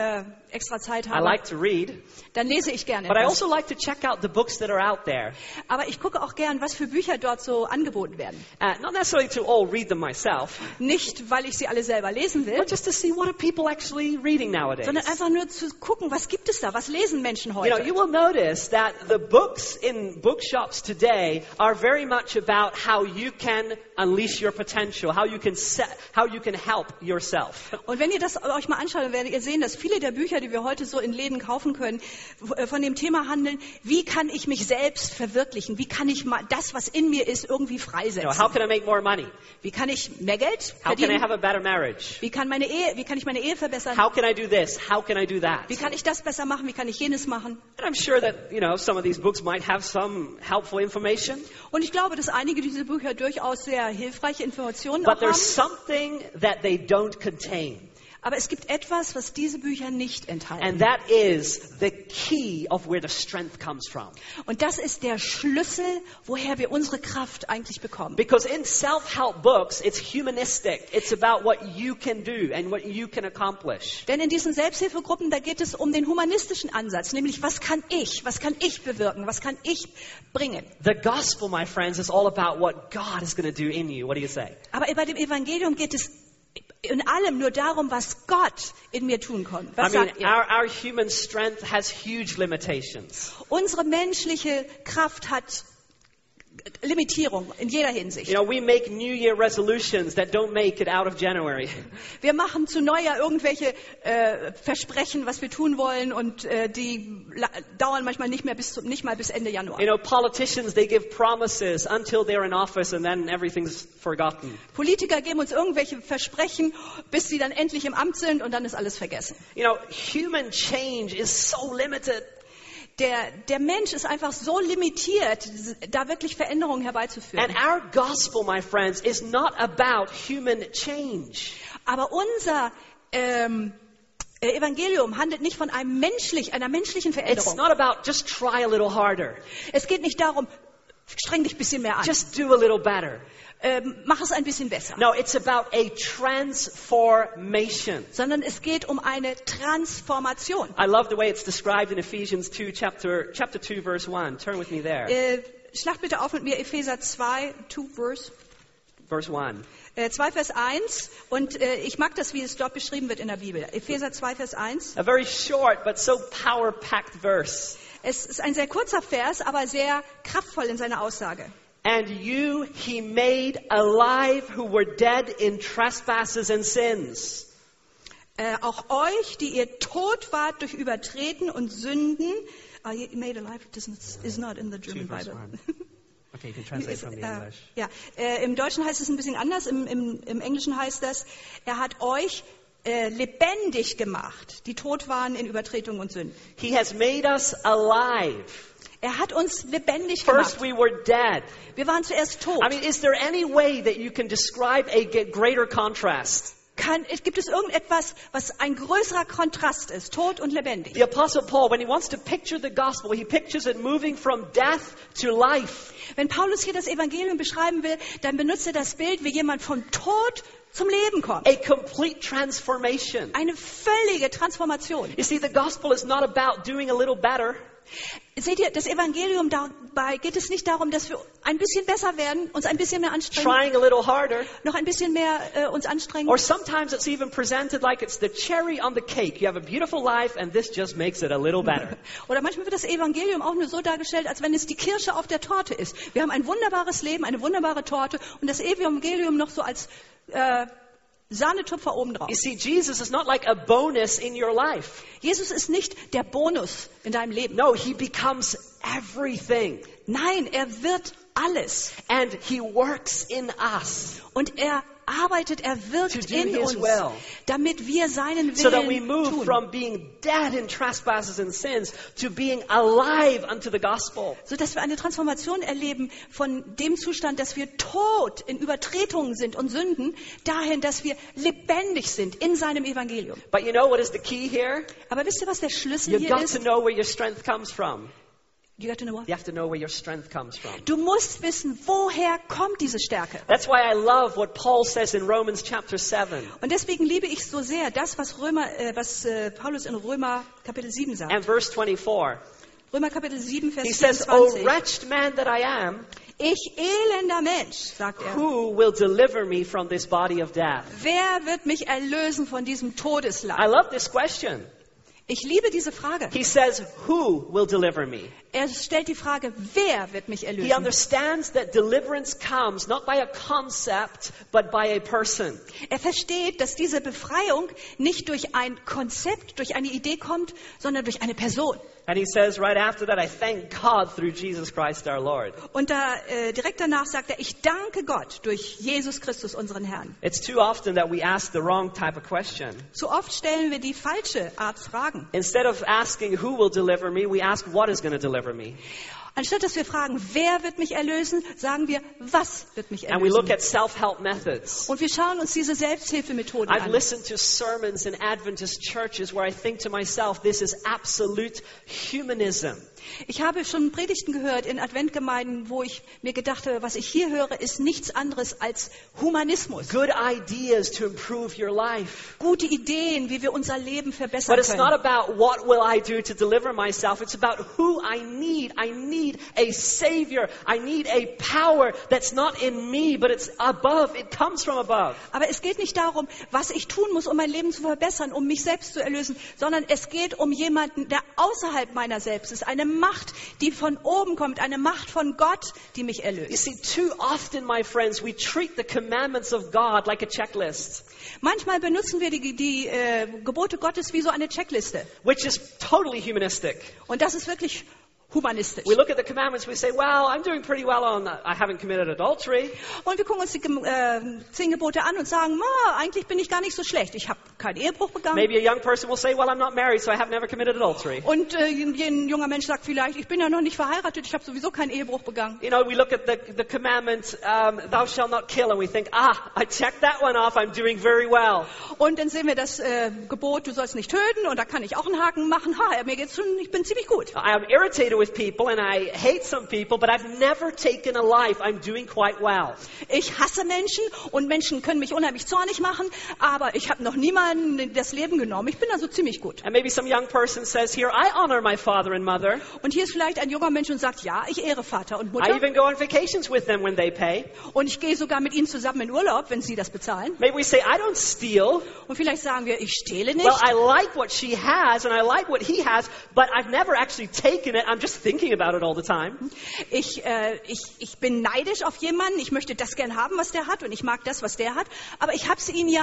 extra Zeit I habe, like to read, dann lese ich gerne but I etwas. also like to check out the books that are out there. Aber ich gucke auch gern, was für Bücher dort so angeboten werden. Not necessarily to all read them myself, Nicht, weil ich sie alle selber lesen will, but just to see what are people actually reading nowadays. sondern einfach nur zu gucken, was gibt es da, was lesen Menschen You know, heute. you will notice that the books in bookshops today are very much about how you can unleash your potential, how you can help yourself. Und wenn ihr das euch mal anschaut, dann werdet ihr sehen, dass viele der Bücher, die wir heute so in Läden kaufen können, von dem Thema handeln, wie kann ich mich selbst verwirklichen? Wie kann ich mal das, was in mir ist, irgendwie You know, freisetzen? how can I make more money? Wie kann ich mehr Geld How can I verdienen? have a better marriage? Wie kann ich meine Ehe verbessern? How can I do this? How can I do that? Wie kann ich das besser machen? Wie kann ich jenes machen? And I'm sure that, you know, some of these books might have some helpful information, Und ich glaube, dass einige dieser Bücher durchaus sehr hilfreiche Informationen but auch haben. there's something that they don't contain. Aber es gibt etwas, was diese Bücher nicht enthalten. And that is the key of where the strength comes from. Und das ist der Schlüssel, woher wir unsere Kraft eigentlich bekommen. Because in self-help books, it's humanistic. It's about what you can do and what you can accomplish. Denn in diesen Selbsthilfegruppen, da geht es um den humanistischen Ansatz, nämlich was kann ich bewirken, was kann ich bringen. The gospel, my friends, is all about what God is going to do in you. What do you say? Aber bei dem Evangelium geht es in allem nur darum, was Gott in mir tun kann. Was I mean, sagt ihr? our human strength has huge limitations. Unsere menschliche Kraft hat Limitierung in jeder Hinsicht. You know, we make New Year resolutions that don't make it out of January. Wir machen zu Neujahr irgendwelche Versprechen, was wir tun wollen, und die dauern manchmal nicht mal bis Ende Januar. You know, politicians, they give promises until they're in office and then everything's forgotten. Politiker geben uns irgendwelche Versprechen, bis sie dann endlich im Amt sind, und dann ist alles vergessen. You know, human change is so limited. Der Mensch ist einfach so limitiert, da wirklich Veränderungen herbeizuführen. And our gospel, my friends, is not about human change. Aber unser Evangelium handelt nicht von einer menschlichen It's Veränderung. not about just try a little harder. Es geht nicht darum, streng dich ein bisschen mehr an, Just do a little better. mach es ein bisschen besser. No, it's about a transformation. Sondern es geht um eine Transformation. I love the way it's described in Ephesians 2, chapter 2, verse 1. Turn with me there. Schlag bitte auf mit mir Epheser 2, Verse 1. 2 Vers 1. Und ich mag das, wie es dort beschrieben wird in der Bibel. Epheser 2 Vers 1. A very short but so power-packed verse. Es ist ein sehr kurzer Vers, aber sehr kraftvoll in seiner Aussage. And you he made alive who were dead in trespasses and sins. Auch euch, die ihr tot wart durch Übertreten und Sünden. Made alive is not in the German Bible. Okay, you can translate from the English. Ja, im Deutschen heißt es ein bisschen anders. Im Englischen heißt das, er hat euch lebendig gemacht, die tot waren in Übertretungen und Sünden. He has made us alive. Er hat uns lebendig First gemacht. we were dead. Wir waren zuerst tot. I mean, is there any way that you can describe a greater contrast? Gibt es irgendetwas, was ein größerer Kontrast ist, tot und lebendig? The Apostle Paul, when he wants to picture the gospel, he pictures it moving from death to life. Wenn Paulus hier das Evangelium beschreiben will, dann benutzt er das Bild, wie jemand vom Tod zum Leben kommt. A complete transformation. Eine völlige Transformation. You see, the gospel is not about doing a little better. Seht ihr, das Evangelium, dabei geht es nicht darum, dass wir ein bisschen besser werden, uns ein bisschen mehr anstrengen, Trying a little harder. noch ein bisschen mehr uns anstrengen. Or sometimes it's even presented like it's the cherry on the cake. You have a beautiful life and this just makes it a little better. Oder manchmal wird das Evangelium auch nur so dargestellt, als wenn es die Kirsche auf der Torte ist. Wir haben ein wunderbares Leben, eine wunderbare Torte, und das Evangelium noch so als Sahnetupfer obendrauf. You see, Jesus is not like a bonus in your life. Jesus ist nicht der Bonus in deinem Leben. No, he becomes everything. Nein, er wird alles. And he works in us. Und er wirkt To do in his uns, will. damit wir seinen So that we Willen move tun. from being dead in trespasses and sins to being alive unto the gospel. So dass wir eine Transformation erleben von dem Zustand, dass wir tot in Übertretungen sind und Sünden, dahin, dass wir lebendig sind in seinem Evangelium. But you know what is the key here? Aber wisst ihr, was der Schlüssel You've hier got to ist? know where your strength comes from. You got to know what? You have to know where your strength comes from. Du musst wissen, woher kommt diese Stärke. That's why I love what Paul says in Romans chapter 7 Und deswegen liebe ich so sehr das, was Paulus in Römer Kapitel 7 sagt. and verse 24. Römer Kapitel 7, Vers He says, "O 24. wretched man that I am, Ich elender Mensch, sagt er. who will deliver me from this body of death?" Wer wird mich erlösen von diesem I Todesleid? love this question. Ich liebe diese Frage. He says, "Who will deliver me?" Er stellt die Frage, wer wird mich He erlösen? understands that deliverance comes not by a concept, but by a person. Er versteht, dass diese Befreiung nicht durch ein Konzept, durch eine Idee kommt, sondern durch eine Person. And he says right after that, "I thank God through Jesus Christ our Lord." Und direkt danach sagt er, ich danke Gott durch Jesus Christus, unseren Herrn. It's too often that we ask the wrong type of question. Zu oft stellen wir die falsche Art Fragen. Instead of asking who will deliver me, we ask what is going to deliver me. Anstatt dass wir fragen, wer wird mich erlösen, sagen wir, was wird mich And we look erlösen? at self-help methods. Und wir schauen uns diese Selbsthilfemethoden I've an. listened to sermons in Adventist churches where I think to myself, this is absolute humanism. Ich habe schon Predigten gehört in Adventgemeinden, wo ich mir gedacht habe, was ich hier höre, ist nichts anderes als Humanismus. Good ideas to improve your life. Gute Ideen, wie wir unser Leben verbessern But it's not können. about what will I do to deliver myself. It's about who I need. I need a savior. I need a power that's not in me, but it's above. It comes from above. Aber es geht nicht darum, was ich tun muss, um mein Leben zu verbessern, um mich selbst zu erlösen, sondern es geht um jemanden, der außerhalb meiner selbst ist, eine Macht, die von oben kommt, eine Macht von Gott, die mich You erlöst. see, too often, my friends, we treat the commandments of God like a checklist, Manchmal benutzen wir die Gebote Gottes wie so eine Checkliste. which is totally humanistic. Und das ist wirklich humanistisch. We look at the commandments, we say, well, I'm doing pretty well on that. I haven't committed adultery. Und wir gucken uns die 10 Gebote an und sagen, eigentlich bin ich gar nicht so schlecht. Ich habe keinen Ehebruch begangen. Maybe a young person will say, well, I'm not married, so I have never committed adultery. Und ein junger Mensch sagt vielleicht, ich bin ja noch nicht verheiratet, ich habe sowieso keinen Ehebruch begangen. You know, we look at the commandment, thou shalt not kill, and we think, I checked that one off, I'm doing very well. Und dann sehen wir das Gebot, du sollst nicht töten, und da kann ich auch einen Haken machen. Mir geht's schon, ich bin ziemlich gut. I am irritated with people, and I hate some people, but I've never taken a life. I'm doing quite well. Ich hasse Menschen und Menschen können mich unheimlich zornig machen, aber ich habe noch niemanden das Leben genommen. Ich bin also ziemlich gut. And maybe some young person says here, I honor my father and mother. Und hier ist vielleicht ein junger Mensch und sagt, ja, ich ehre Vater und I Mutter. even go on vacations with them when they pay. Und ich gehe sogar mit ihnen zusammen in Urlaub, wenn sie das bezahlen. Maybe we say, I don't steal. Und vielleicht sagen wir, ich stehle nicht. Well, I like what she has, and I like what he has, but I've never actually taken it. I'm just thinking about it all the time. Ich bin neidisch auf jemanden, ich möchte das gern haben, was der hat, und ich mag das, was der hat, aber ich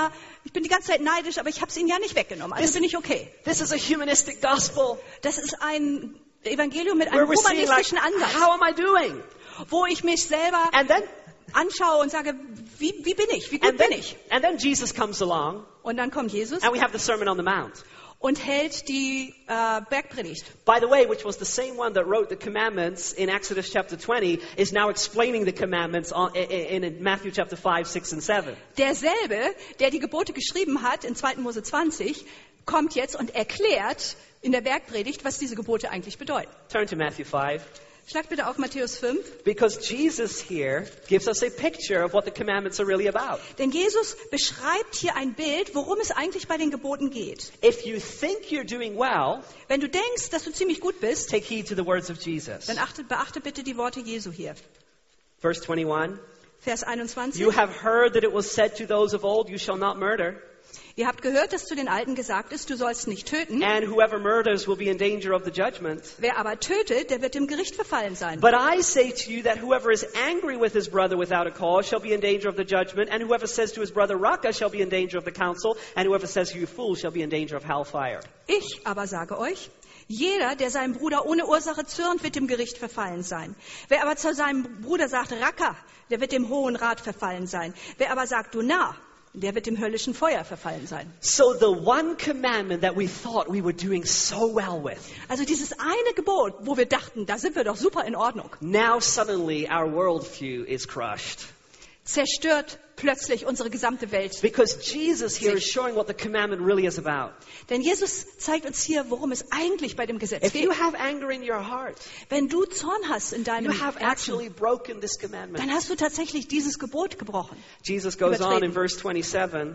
bin die ganze Zeit neidisch, aber ich habe es ihm ja nicht weggenommen, also bin ich okay. This is a humanistic gospel. Das ist ein Evangelium mit Where einem we're saying, like, humanistischen Ansatz, how am I doing? wo ich mich selber And then, anschaue und sage, wie bin ich, wie gut bin ich? and then Jesus comes along, Und dann kommt Jesus and we have the Sermon on the Mount. und hält die Bergpredigt. By the way, which was the same one that wrote the commandments in Exodus chapter 20, is now explaining the commandments in Matthew chapter 5, 6, and 7. Derselbe, der die Gebote geschrieben hat in 2. Mose 20, kommt jetzt und erklärt in der Bergpredigt, was diese Gebote eigentlich bedeuten. Turn to Matthew 5. Schlag bitte auf Matthäus 5. Because Jesus here gives us a picture of what the commandments are really about. Denn Jesus beschreibt hier ein Bild, worum es eigentlich bei den Geboten geht. If you think you're doing well, Wenn du denkst, dass du ziemlich gut bist, take heed to the words of Jesus. dann beachte bitte die Worte Jesu hier. Verse 21. Vers 21. You have heard that it was said to those of old, you shall not murder. Ihr habt gehört, dass zu den Alten gesagt ist, du sollst nicht töten. And whoever murders will be in danger of the judgment. Wer aber tötet, der wird dem Gericht verfallen sein. But I say to you that whoever is angry with his brother without a cause shall be in danger of the judgment, and whoever says to his brother, Raca, shall be in danger of the council, and whoever says to you, fool, shall be in danger of hellfire. Ich aber sage euch, jeder, der seinem Bruder ohne Ursache zürnt, wird dem Gericht verfallen sein. Wer aber zu seinem Bruder sagt, Raca, der wird dem Hohen Rat verfallen sein. Wer aber sagt, du Narr, der wird dem höllischen Feuer verfallen sein. So the one commandment that we thought we were doing so well with, Also dieses eine Gebot, wo wir dachten, da sind wir doch super in Ordnung, now suddenly our worldview is crushed. zerstört plötzlich unsere gesamte Welt. Because Jesus here is showing what the commandment really is about. Denn Jesus zeigt uns hier, worum es eigentlich bei dem Gesetz If you geht. have anger in your heart, Wenn du Zorn hast in deinem you have Herzen, actually broken this commandment. dann hast du tatsächlich dieses Gebot gebrochen. Jesus goes on in Übertreten. verse 27.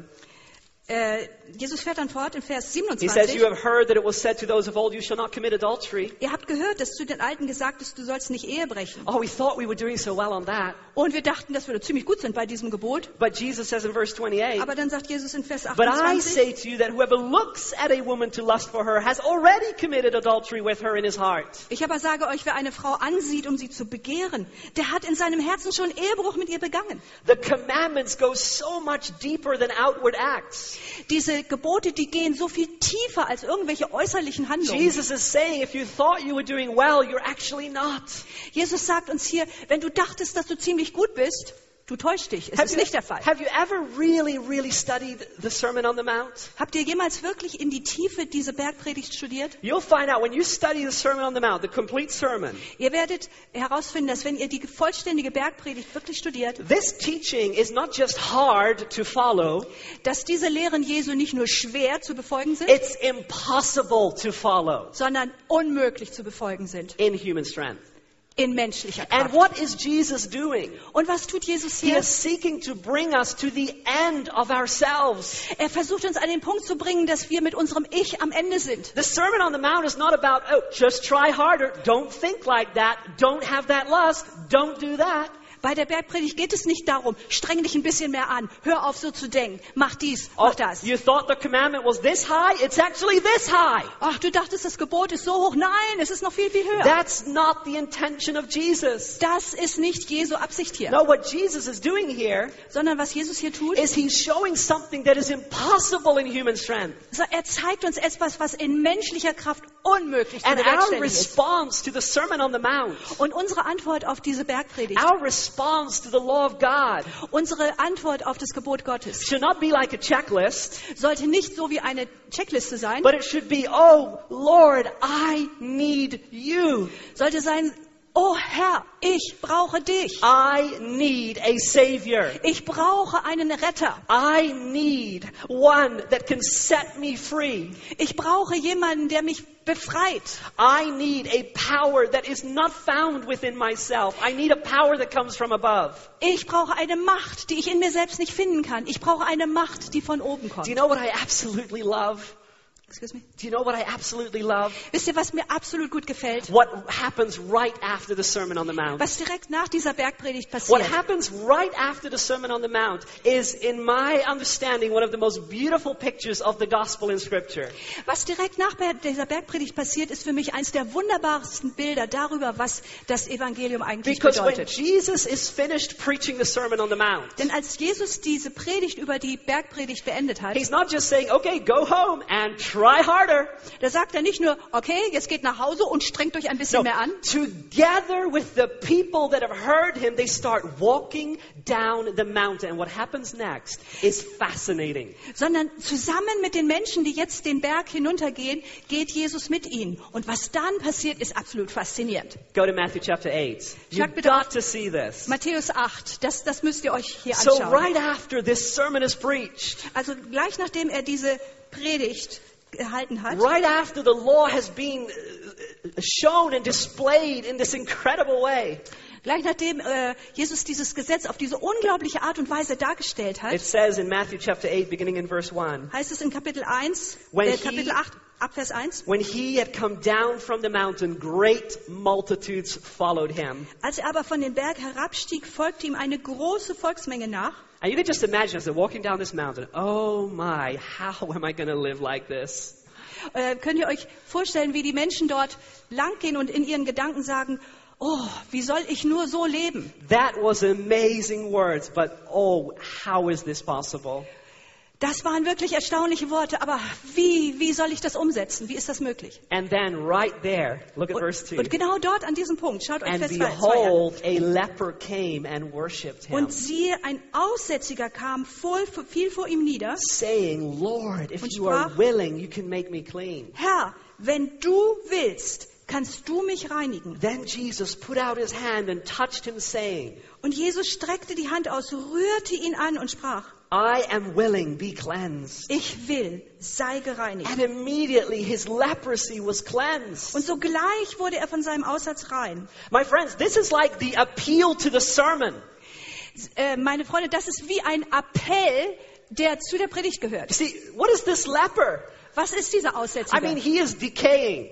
Jesus fährt dann fort in Vers He says, 27. you have heard that it was said to those of old, you shall not commit adultery. Ihr habt gehört, dass zu den Alten gesagt ist, du sollst nicht Ehe brechen. Oh, we thought we were doing so well on that. Und wir dachten, dass wir ziemlich gut sind bei diesem Gebot. But Jesus says in verse 28, Aber dann sagt Jesus in Vers but I 28, say to you that whoever looks at a woman to lust for her has already committed adultery with her in his heart. ich aber sage euch, wer eine Frau ansieht, um sie zu begehren, der hat in seinem Herzen schon Ehebruch mit ihr begangen. The commandments go so much deeper than outward acts. Diese Gebote, die gehen so viel tiefer als irgendwelche äußerlichen Handlungen. Jesus is saying if you thought you were doing well, you're actually not. Jesus sagt uns hier, wenn du dachtest, dass du ziemlich gut bist, du täuschst dich. Es ist nicht der Fall. Have you ever really studied the Sermon on the Mount? Habt ihr jemals wirklich in die Tiefe diese Bergpredigt studiert? You'll find out when you study the Sermon on the Mount, the complete sermon, Ihr werdet herausfinden, dass wenn ihr die vollständige Bergpredigt wirklich studiert, this teaching is not just hard to follow, dass diese Lehren Jesu nicht nur schwer zu befolgen sind, it's impossible to follow sondern unmöglich zu befolgen sind in human strength. in menschlicher And Kraft. what is Jesus doing? Und was tut Jesus He hier? is seeking to bring us to the end of ourselves. Er versucht uns an den Punkt zu bringen, dass wir mit unserem Ich am Ende sind. The Sermon on the Mount is not about, oh, just try harder, don't think like that, don't have that lust, don't do that. Bei der Bergpredigt geht es nicht darum, streng dich ein bisschen mehr an, hör auf so zu denken, mach dies, mach das. You thought the commandment was this high? It's actually this high. Ach, du dachtest, das Gebot ist so hoch. Nein, es ist noch viel, viel höher. That's not the intention of Jesus. Das ist nicht Jesu Absicht hier. No, what Jesus is doing here Sondern was Jesus hier tut, is he's showing something that is impossible in human strength. er zeigt uns etwas, was in menschlicher Kraft unmöglich zu And our bewerkstelligen ist. response to the Sermon on the Mount, Und unsere Antwort auf diese Bergpredigt, our response to the law of God, unsere Antwort auf das Gebot Gottes, should not be like a checklist, sollte nicht so wie eine Checkliste sein, but it should be, oh Lord, I need you. sollte sein, oh Herr, ich brauche dich. I need a Savior. Ich brauche einen Retter. I need one that can set me free. Ich brauche jemanden, der mich befreit. I need a power that is not found within myself. I need a power that comes from above. Ich brauche eine Macht, die ich in mir selbst nicht finden kann. Ich brauche eine Macht, die von oben kommt. Do you know what I absolutely love? Excuse me? Do you know what I absolutely love? Wisst ihr, was mir absolut gut gefällt? What happens right after the Sermon on the Mount? Was direkt nach dieser Bergpredigt What passiert. happens right after the Sermon on the Mount is, in my understanding, one of the most beautiful pictures of the gospel in Scripture. Was direkt nach dieser Bergpredigt passiert, ist für mich eines der wunderbarsten Bilder darüber, was das Evangelium eigentlich Because when bedeutet. Jesus is finished preaching the Sermon on the Mount, Denn als Jesus diese Predigt über die Bergpredigt beendet hat, he's not just saying, okay, go home and try harder. da sagt er nicht nur, okay, jetzt geht nach Hause und strengt euch ein bisschen mehr an, Together with the people that have heard him, they start walking down the mountain. And what happens next is fascinating. sondern zusammen mit den Menschen, die jetzt den Berg hinuntergehen, geht Jesus mit ihnen. Und was dann passiert, ist absolut faszinierend. Go to Matthew chapter 8. Schlag You've bitte got auf to see this. Matthäus 8, das müsst ihr euch hier So anschauen. right after this sermon is preached, Also gleich nachdem er diese Predigt gehalten hat, right after the law has been shown and displayed in this incredible way, gleich nachdem Jesus dieses Gesetz auf diese unglaubliche Art und Weise dargestellt it hat, says in Matthew chapter 8, beginning in verse 1, heißt es in Kapitel 1, When Kapitel 8, ab Vers 1, when he had come down from the mountain, great multitudes followed him. als er aber von den Berg herabstieg, folgte ihm eine große Volksmenge nach. And you can just imagine as they're walking down this mountain, oh my, how am I going to live like this? Könnt ihr euch vorstellen, wie die Menschen dort langgehen und in ihren Gedanken sagen, oh, wie soll ich nur so leben? That was amazing words, but oh, how is this possible? Das waren wirklich erstaunliche Worte, aber wie soll ich das umsetzen? Wie ist das möglich? And then right there, look at verse 2. Und genau dort an diesem Punkt, schaut euch And Vers 2 an. behold, a leper came and worshipped him, Und siehe, ein Aussätziger kam, fiel vor ihm nieder. saying, Lord, if Und you are sprach, willing, you can make me clean. Herr, wenn du willst, kannst du mich reinigen. Then Jesus put out his hand and touched him, saying, Und Jesus streckte die Hand aus, rührte ihn an und sprach, I am willing, be cleansed. ich will, sei gereinigt. And immediately his leprosy was cleansed. Und sogleich wurde er von seinem Aussatz rein. My friends, this is like the appeal to the sermon. Meine Freunde, das ist wie ein Appell, der zu der Predigt gehört. You see, what is this leper? Was ist dieser I Aussätzige? mean, he is decaying.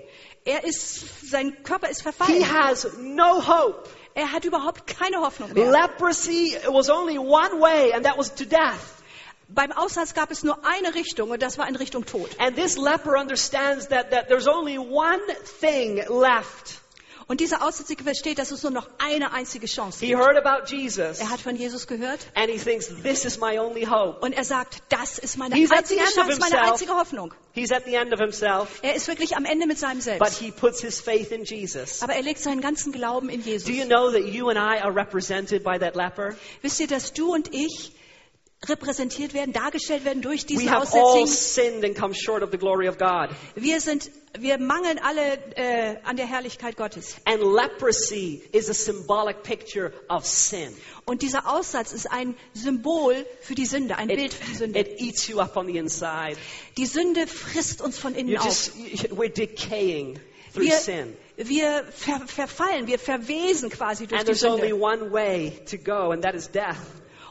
Sein Körper ist He verfallen. has no hope. Er hat überhaupt keine Hoffnung mehr. Leprosy was only one way, and that was to death. Beim Aussatz gab es nur eine Richtung und das war in Richtung Tod. And this leper understands that there's only one thing left. Und dieser Aussätzige versteht, dass es nur noch eine einzige Chance He gibt. heard about Jesus, Er hat von Jesus gehört and he thinks, this is my only hope. und er sagt, das ist meine He's at the einzige end of Chance, meine himself. einzige Hoffnung. He's at the end of himself, Er ist wirklich am Ende mit seinem but Selbst. he puts his faith in Jesus. Aber er legt seinen ganzen Glauben in Jesus. Do you know that you and I are represented by that leper? Wisst ihr, dass du und ich repräsentiert werden, dargestellt werden durch We diesen have all Aussätzigen? sinned and come short of the glory of God. Wir mangeln alle an der Herrlichkeit Gottes. And leprosy is a symbolic picture of sin. Und dieser Aussatz ist ein Symbol für die Sünde, ein Bild für die Sünde. It eats you up on the inside. Die Sünde frisst uns von innen auf. We're decaying through sin. Wir verfallen, wir verwesen quasi durch And die there's only Sünde. one way to go, and that is death.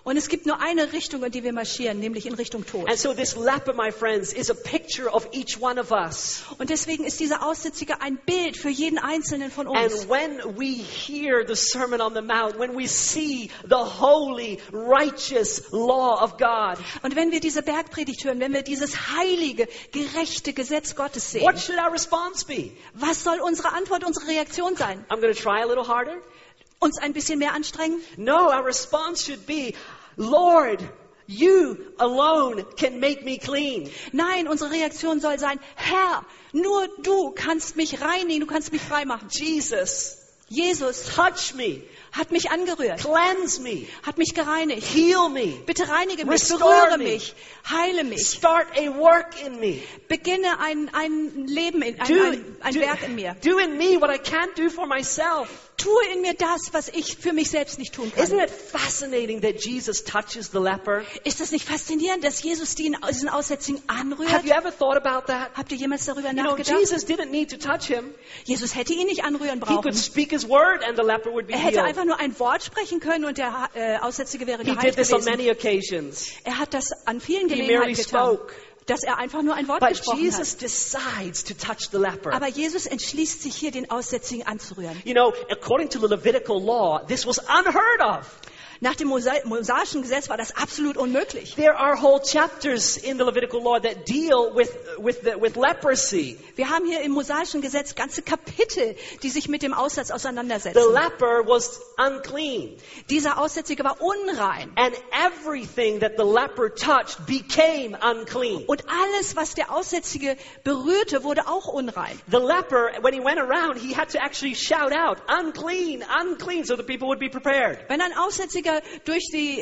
Und es gibt nur eine Richtung, in die wir marschieren, nämlich in Richtung Tod. And so this leper, my friends, is a picture of each one of us. Und deswegen ist dieser Aussätzige ein Bild für jeden Einzelnen von uns. And when we hear the Sermon on the Mount, when we see the holy, righteous law of God, Und wenn wir diese Bergpredigt hören, wenn wir dieses heilige, gerechte Gesetz Gottes sehen, what should our response be? was soll unsere Antwort, unsere Reaktion sein? I'm going to try a little harder. Uns ein bisschen mehr anstrengen? No, our response should be, Lord, you alone can make me clean. Nein, unsere Reaktion soll sein, Herr, nur du kannst mich reinigen, du kannst mich frei machen. Jesus, Jesus touch me, hat mich angerührt, cleanse me, hat mich gereinigt. heal me, Bitte reinige mich, Restore berühre me. mich, heile mich. start a work in me. Beginne ein Leben, ein Werk in mir. Do in me what I can't do for myself. Tue in mir das, was ich für mich selbst nicht tun Isn't kann. it fascinating that Jesus touches the leper? Ist das nicht faszinierend, dass Jesus diesen Aussätzigen Have anrührt? you ever thought about that? Habt ihr jemals darüber You know, nachgedacht? Jesus didn't need to touch him. Jesus hätte ihn nicht anrühren He brauchen. could speak his word and the leper would be Er hätte healed. einfach nur ein Wort sprechen können und der Aussätzige wäre He did geheilt this on gewesen. many occasions. Er hat das an vielen He Gelegenheiten merely getan, spoke. dass er einfach nur ein Wort But gesprochen Jesus hat. decides to touch the leper. Aber Jesus entschließt sich hier, den Aussätzigen anzurühren. You know, according to the Levitical law, this was unheard of. Nach dem mosaischen Gesetz war das absolut unmöglich. There are whole chapters in the Levitical law that deal with leprosy. Wir haben hier im mosaischen Gesetz ganze Kapitel, die sich mit dem Aussatz The auseinandersetzen. leper was unclean. Dieser Aussätzige war unrein. And everything that the leper touched became unclean. Und alles, was der Aussätzige berührte, wurde auch unrein. The leper, when he went around, he had to actually shout out, unclean, unclean, so the people would be prepared. Wenn ein Aussätziger durch die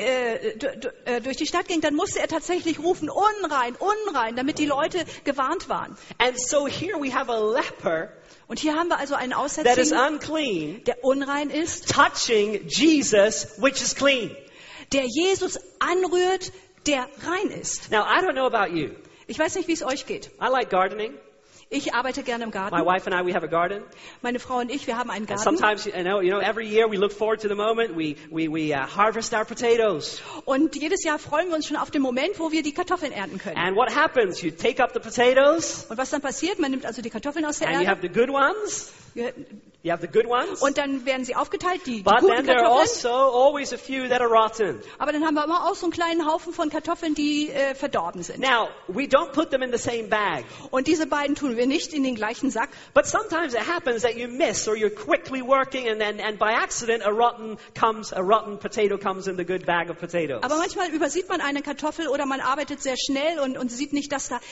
Stadt ging, dann musste er tatsächlich rufen, unrein, unrein, damit die Leute gewarnt waren. And so here we have a leper Und hier haben wir also einen that is Aussätzigen, unclean, der unrein ist, touching Jesus, which is clean. der Jesus anrührt, der rein ist. Now, I don't know about you. Ich weiß nicht, wie es euch geht. I like gardening. Ich arbeite gerne im My Garten. wife and I, we have a garden. Meine Frau und ich, wir haben einen And Garten. sometimes, you know, every year we look forward to the moment we harvest our potatoes. Und jedes Jahr freuen wir uns schon auf den Moment, wo wir die Kartoffeln ernten können. And what happens? You take up the potatoes, Und was dann passiert? Man nimmt also die Kartoffeln aus der and you Erde have the good ones. You have the good ones. und dann werden sie aufgeteilt, die But guten then there are Kartoffeln. also always a few that are rotten. Aber dann haben wir immer auch so einen kleinen Haufen von Kartoffeln, die verdorben sind. Now, we don't put them in the same bag. Und diese beiden tun wir nicht in den gleichen Sack. But sometimes it happens that you miss or you're quickly working and by accident a rotten potato comes in the good bag of potatoes. Aber manchmal übersieht man eine Kartoffel oder man arbeitet sehr schnell und sieht nicht, dass da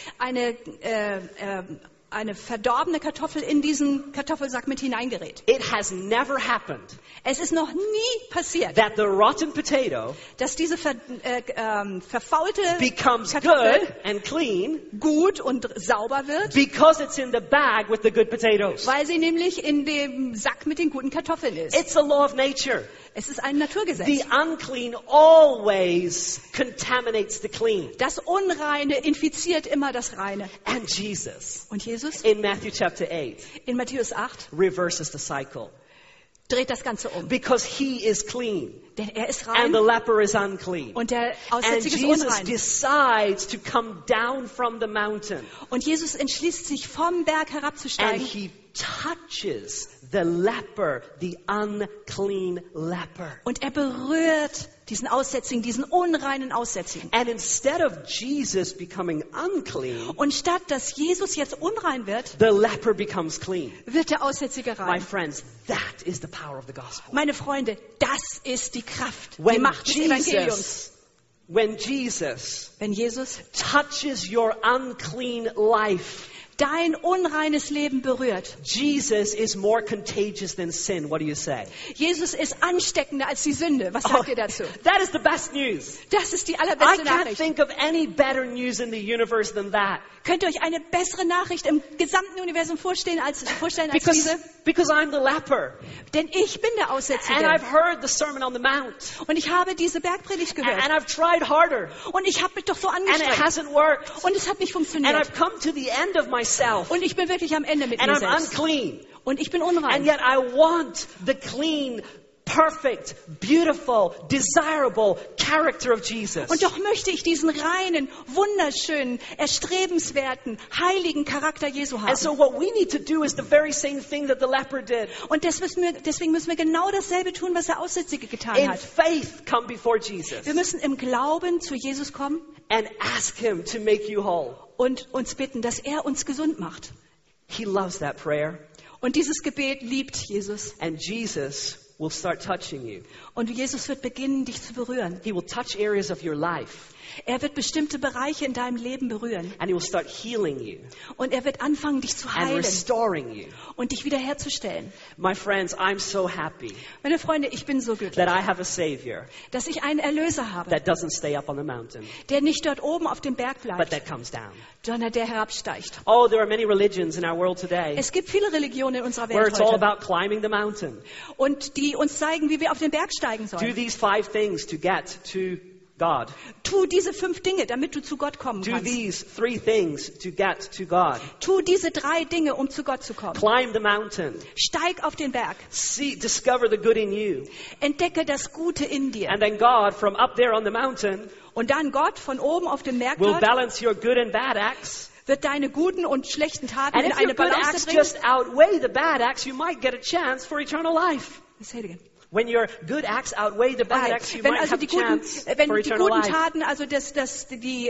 eine verdorbene Kartoffel in diesen Kartoffelsack mit hineingerät. It has never happened Es ist noch nie passiert, that the rotten potato dass diese verfaulte becomes Kartoffel good and clean gut und sauber wird, because it's in the bag with the good potatoes. weil sie nämlich in dem Sack mit den guten Kartoffeln ist. It's a law of nature. Es ist ein Naturgesetz. The unclean always contaminates the clean. Das Unreine infiziert immer das Reine. And Jesus, Und Jesus in Matthew chapter 8, in Matthäus 8 reverses the cycle. dreht das Ganze um. Because he is clean Denn er ist and rein the leper is unclean. und der And Aussätzige ist Jesus unrein. decides to come down from the mountain Und Jesus entschließt sich, vom Berg and herabzusteigen. he touches the leper, the unclean leper. Und er berührt diesen Aussätzigen, diesen unreinen Aussätzigen. And instead of Jesus becoming unclean, Und statt dass Jesus jetzt unrein wird, the leper becomes clean. wird der Aussätzige My rein. friends, that is the power of the gospel. Meine Freunde, das ist die Kraft, die When Macht des Evangeliums. Jesus Wenn Jesus touches your unclean life, dein unreines Leben berührt. Jesus is more contagious than sin. What do you say? Jesus ist ansteckender als die Sünde. Was sagt ihr dazu? That is the best news. Das ist die I allerbeste can't Nachricht. think of any better news in the universe than that. Könnt ihr euch eine bessere Nachricht im gesamten Universum vorstellen als diese? Because I'm the leper. Denn ich bin der And Aussätzige. I've heard the Sermon on the Mount. Und ich habe diese Bergpredigt gehört. And I've tried harder. Und ich habe mich doch so And it angestrengt. hasn't worked. Und es hat nicht And funktioniert. I've come to the end of myself. Und ich bin wirklich am Ende mit And mir I'm selbst. unclean. Und ich bin And unrein. yet I want the clean perfect, beautiful, desirable character of Jesus. Und doch möchte ich diesen reinen, wunderschönen, erstrebenswerten, heiligen Charakter Jesu haben. And so what we need to do is the very same thing that the leper did. Und deswegen müssen wir genau dasselbe tun, was der Aussätzige getan In hat. faith, come before Jesus Wir müssen im Glauben zu Jesus kommen and ask him to make you whole. und uns bitten, dass er uns gesund macht. He loves that prayer. Und dieses Gebet liebt Jesus. And Jesus will start touching you. Und Jesus wird beginnen, dich zu berühren. He will touch areas of your life. Er wird bestimmte Bereiche in deinem Leben berühren. And he will start healing you Und er wird anfangen, dich zu and heilen restoring you. und dich wiederherzustellen. My friends, I'm so happy Meine Freunde, ich bin so glücklich, that I have a Savior dass ich einen Erlöser habe, that doesn't stay up on the mountain, der nicht dort oben auf dem Berg but bleibt, that comes down. sondern der herabsteigt. Oh, there are many religions in our world today Es gibt viele Religionen in unserer where Welt it's all heute about climbing the mountain. und die uns zeigen, wie wir auf den Berg steigen Do sollen. these 5 things to get to God. Tu diese 5 Dinge, damit du zu Gott kommen Do kannst. these 3 things to get to God. Tu diese 3 Dinge, um zu Gott zu kommen. Climb the mountain. Steig auf den Berg. Discover the good in you. Entdecke das Gute in dir. And then God, from up there on the mountain, Und dann Gott von oben auf dem Berg will dort balance your good and bad acts. wird deine guten und schlechten Taten And in if your eine good Balance acts bringen. just outweigh the bad acts, you might get a chance for eternal life. Say it again. When your good acts outweigh the bad acts, you Wenn might also have a die guten, chance wenn for die eternal guten life. Taten, also die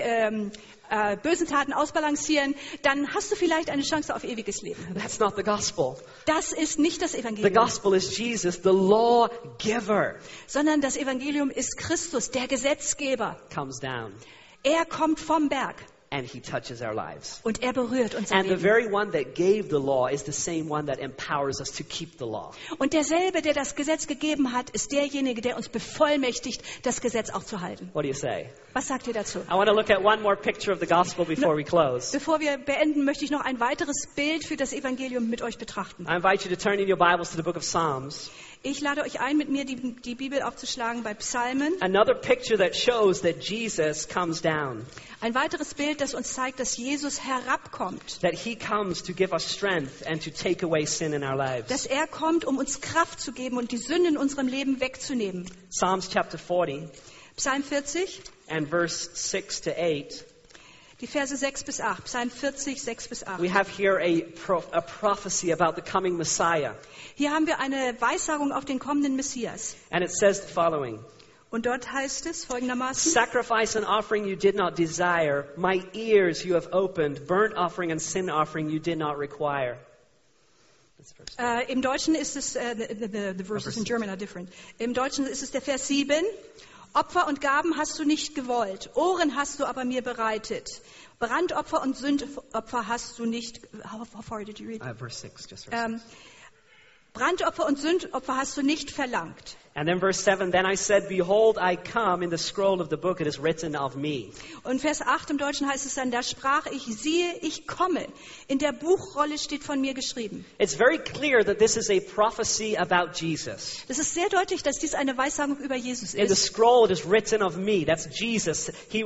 bösen Taten ausbalancieren, dann hast du vielleicht eine Chance auf ewiges Leben. That's not the gospel. Das ist nicht das The Evangelium, gospel is Jesus, the lawgiver, sondern das Evangelium ist Christus, der Gesetzgeber. comes down Er kommt vom Berg and he touches our lives. und er berührt unser And the Leben. very one that gave the law is the same one that empowers us to keep the law. Und derselbe, der das Gesetz gegeben hat, ist derjenige, der uns bevollmächtigt, das Gesetz auch zu halten. What do you say? Was sagt ihr dazu? I want to look at one more picture of the gospel before we close. Bevor wir beenden, möchte ich noch ein weiteres Bild für das Evangelium mit euch betrachten. I invite you to turn in your Bibles to the book of Psalms. Ich lade euch ein, mit mir die Bibel aufzuschlagen bei Psalmen. Another picture that shows that Jesus comes down, Ein weiteres Bild, das uns zeigt, dass Jesus herabkommt. that he comes to give us strength and to take away sin in our lives. Dass er kommt, um uns Kraft zu geben und die Sünde in unserem Leben wegzunehmen. Psalms chapter 40 Psalm 40, and verse 6 to 8. die Verse 6 bis 8. Psalm 40, 6 bis 8. We have here a prophecy about the coming Messiah. Hier haben wir eine Weissagung auf den kommenden Messias. And it says the following. Und dort heißt es folgendermaßen: Sacrifice and offering you did not desire. My ears you have opened. Burnt offering and sin offering you did not require. That's verse Im Deutschen ist es, the verses in German are different. Im Deutschen ist es der Vers 7. Opfer und Gaben hast du nicht gewollt, Ohren hast du aber mir bereitet. Brandopfer und Sündopfer hast du nicht. How far did you read? verse 6, just verse 6. Brandopfer und Sündopfer hast du nicht verlangt. And then verse 7, then I said, behold, I come, in the scroll of the book it is written of me. Und Vers 8 im Deutschen heißt es dann, da sprach ich, siehe, ich komme. In der Buchrolle steht von mir geschrieben. It's very clear that this is a prophecy about Jesus. Das ist sehr deutlich, dass dies eine Weissagung über Jesus In the ist. scroll it is written of me. That's Jesus. He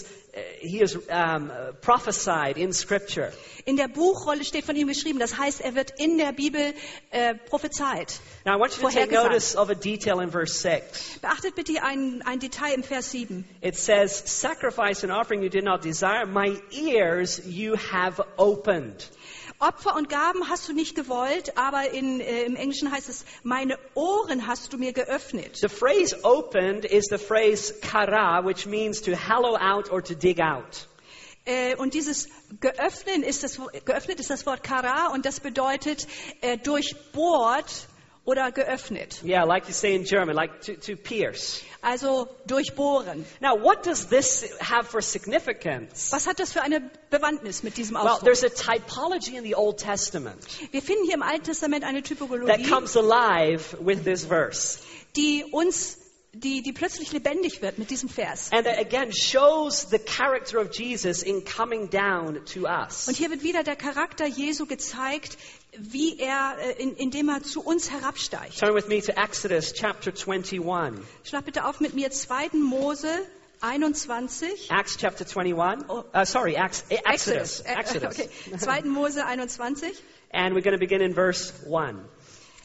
is prophesied in Scripture. In der Buchrolle steht von ihm geschrieben. Das heißt, er wird in der Bibel prophezeit. Now I want you to take Vorhergesagt. notice of a detail in verse 6. Beachtet bitte ein Detail im Vers 7. It says, sacrifice and offering you did not desire, my ears you have opened. Opfer und Gaben hast du nicht gewollt, aber im Englischen heißt es, meine Ohren hast du mir geöffnet. The phrase opened is the phrase kara, which means to hollow out or to dig out. Und dieses geöffnet ist das Wort kara und das bedeutet durchbohrt oder geöffnet. Yeah, like you say in German, like to pierce. Also durchbohren. Now, what does this have for significance? Was hat das für eine Bewandtnis mit diesem Well, Ausdruck? there's a typology in the Old Testament Wir finden hier im Alten Testament eine that Typologie, comes alive with this verse. die plötzlich lebendig wird mit diesem Vers. And that again shows the character of Jesus in coming down to us. Und hier wird wieder der Charakter Jesu gezeigt, wie er, indem er zu uns herabsteigt. Turn with me to Exodus chapter 21. Schlag bitte auf mit mir 2. Mose 21. Acts chapter 21. Oh. Exodus. Okay. 2. Mose 21. And we're going to begin in verse 1.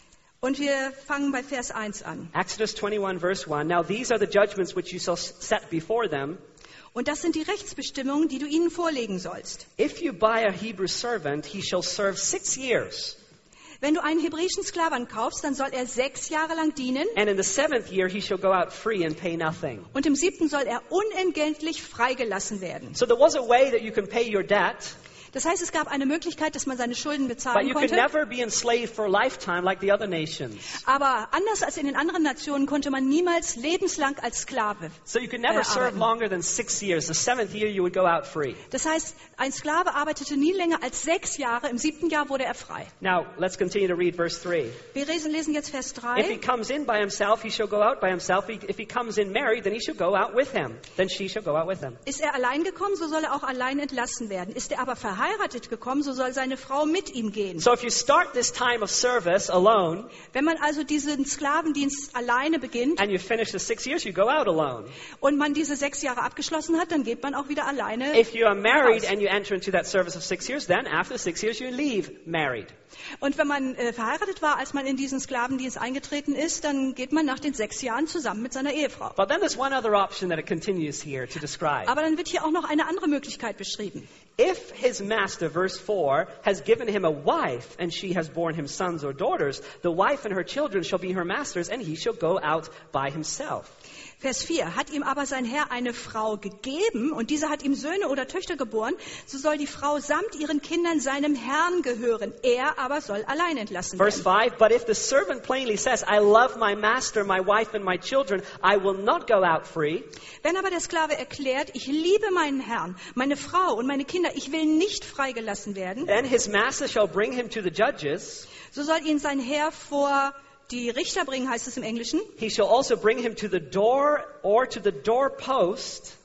Und wir fangen bei Vers 1 an. Exodus 21, verse 1. Now these are the judgments which you shall set before them. Und das sind die Rechtsbestimmungen, die du ihnen vorlegen sollst. If you buy a Hebrew servant, he shall serve 6 years. Wenn du einen hebräischen Sklaven kaufst, dann soll er 6 Jahre lang dienen. And in the 7th year, he shall go out free and pay nothing. Und im 7. soll er unentgeltlich freigelassen werden. So there was a way that you can pay your debt. Das heißt, es gab eine Möglichkeit, dass man seine Schulden But bezahlen you could konnte. never be enslaved for a lifetime like the other nations. Aber anders als in den anderen Nationen konnte man niemals lebenslang als Sklave. So you could never serve arbeiten. longer than 6 years. The 7th year you would go out free. Das heißt, ein Sklave arbeitete nie länger als 6 Jahre. Im 7. Jahr wurde er frei. Now, let's continue to read verse 3. Wir lesen jetzt Vers If he 3. comes in by himself, he shall go out by himself. If he comes in married, then he shall go out with him. Then she shall go out with him. Ist er allein gekommen, so soll er auch allein entlassen werden. Ist er aber verheiratet gekommen, so soll seine Frau mit ihm gehen. So if you start this time of service alone, Wenn man also diesen Sklavendienst alleine beginnt and you finish the 6 years, you go out alone. und man diese 6 Jahre abgeschlossen hat, dann geht man auch wieder alleine If you are married raus. and you enter into that service of 6 years, then after 6 years you leave married. Und wenn man verheiratet war, als man in diesen Sklavendienst eingetreten ist, dann geht man nach den 6 Jahren zusammen mit seiner Ehefrau. But then there's one other option that it continues here to describe. Aber dann wird hier auch noch eine andere Möglichkeit beschrieben. If his master, verse 4, has given him a wife, and she has borne him sons or daughters, the wife and her children shall be her master's, and he shall go out by himself. Vers 4. Hat ihm aber sein Herr eine Frau gegeben und diese hat ihm Söhne oder Töchter geboren, so soll die Frau samt ihren Kindern seinem Herrn gehören. Er aber soll allein entlassen Verse werden. 5, but if the servant plainly says, I love my master, my wife and my children, I will not go out free, Wenn aber der Sklave erklärt, ich liebe meinen Herrn, meine Frau und meine Kinder, ich will nicht freigelassen werden, then his master shall bring him to the judges. so soll ihn sein Herr vor die Richter bringen, heißt es im Englischen. He shall also bring him to the door or to the doorpost,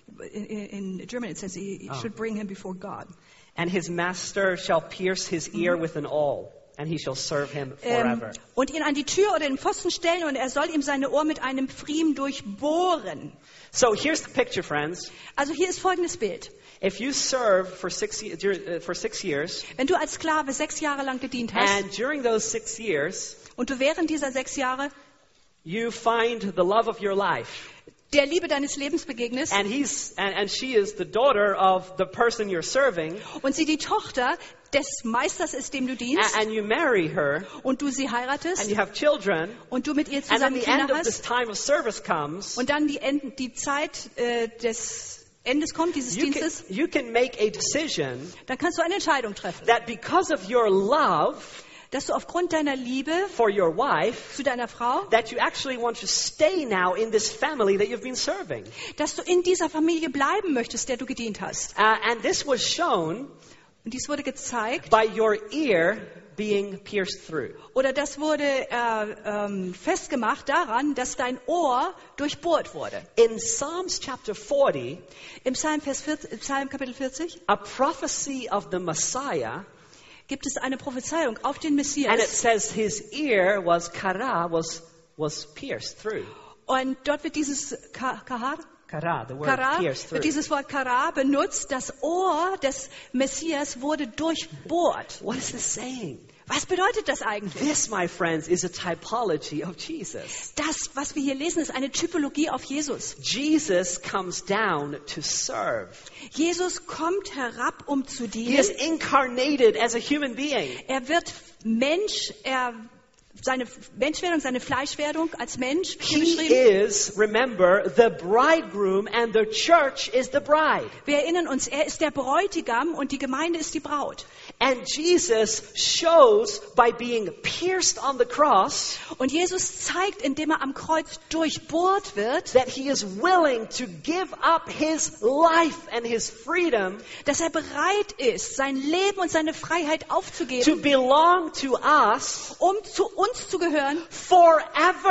In German it says he should bring him before God. and his master shall pierce his ear with an awl, and he shall serve him forever. Und ihn an die Tür oder den Pfosten stellen und er soll ihm seine Ohr mit einem Pfriem durchbohren. So here's the picture, friends. Also hier ist folgendes Bild. If you serve for 6 years, Wenn du als Sklave 6 Jahre lang gedient hast and during those 6 years, und du während dieser 6 Jahre you find the love of your life, der Liebe deines Lebens begegnest and she is the daughter of the person you're serving, und sie die Tochter des Meisters ist, dem du dienst, and you marry her, und du sie and heiratest you have children, und du mit ihr and then zusammen the Kinder end of this hast time of service comes, und dann die Zeit des Endes kommt, dieses Dienstes, you can make a decision dann kannst du eine Entscheidung treffen, that because of your love dass du aufgrund deiner Liebe for your wife, zu deiner Frau, that you actually want to stay now in this family that you've been serving. dass du in dieser Familie bleiben möchtest, der du gedient hast. And this was shown Und dies wurde gezeigt, by your ear being pierced through. oder das wurde festgemacht daran, dass dein Ohr durchbohrt wurde. In Psalms chapter 40, Im Psalm Kapitel 40 a prophecy of the Messiah, gibt es eine Prophezeiung auf den and it Messias. says his ear was pierced through. Und dort wird dieses Kara, the word pierced through. wird dieses Wort Kara benutzt. Das Ohr des Messias wurde durchbohrt. What is this saying? Was bedeutet das eigentlich? This, my friends, is a typology of Jesus. Das, was wir hier lesen, ist eine Typologie auf Jesus. Jesus comes down to serve. Jesus kommt herab, um zu He is dienen. incarnated as a human being. Er wird Mensch, seine Menschwerdung, seine Fleischwerdung als Mensch hier He beschrieben. is, remember, the bridegroom and the church is the bride. Wir erinnern uns, er ist der Bräutigam und die Gemeinde ist die Braut. And Jesus shows by being pierced on the cross Und Jesus zeigt, indem er am Kreuz durchbohrt wird, that he is willing to give up his life and his freedom dass er bereit ist, sein Leben und seine Freiheit to aufzugeben, belong to us um zu uns zu gehören, forever.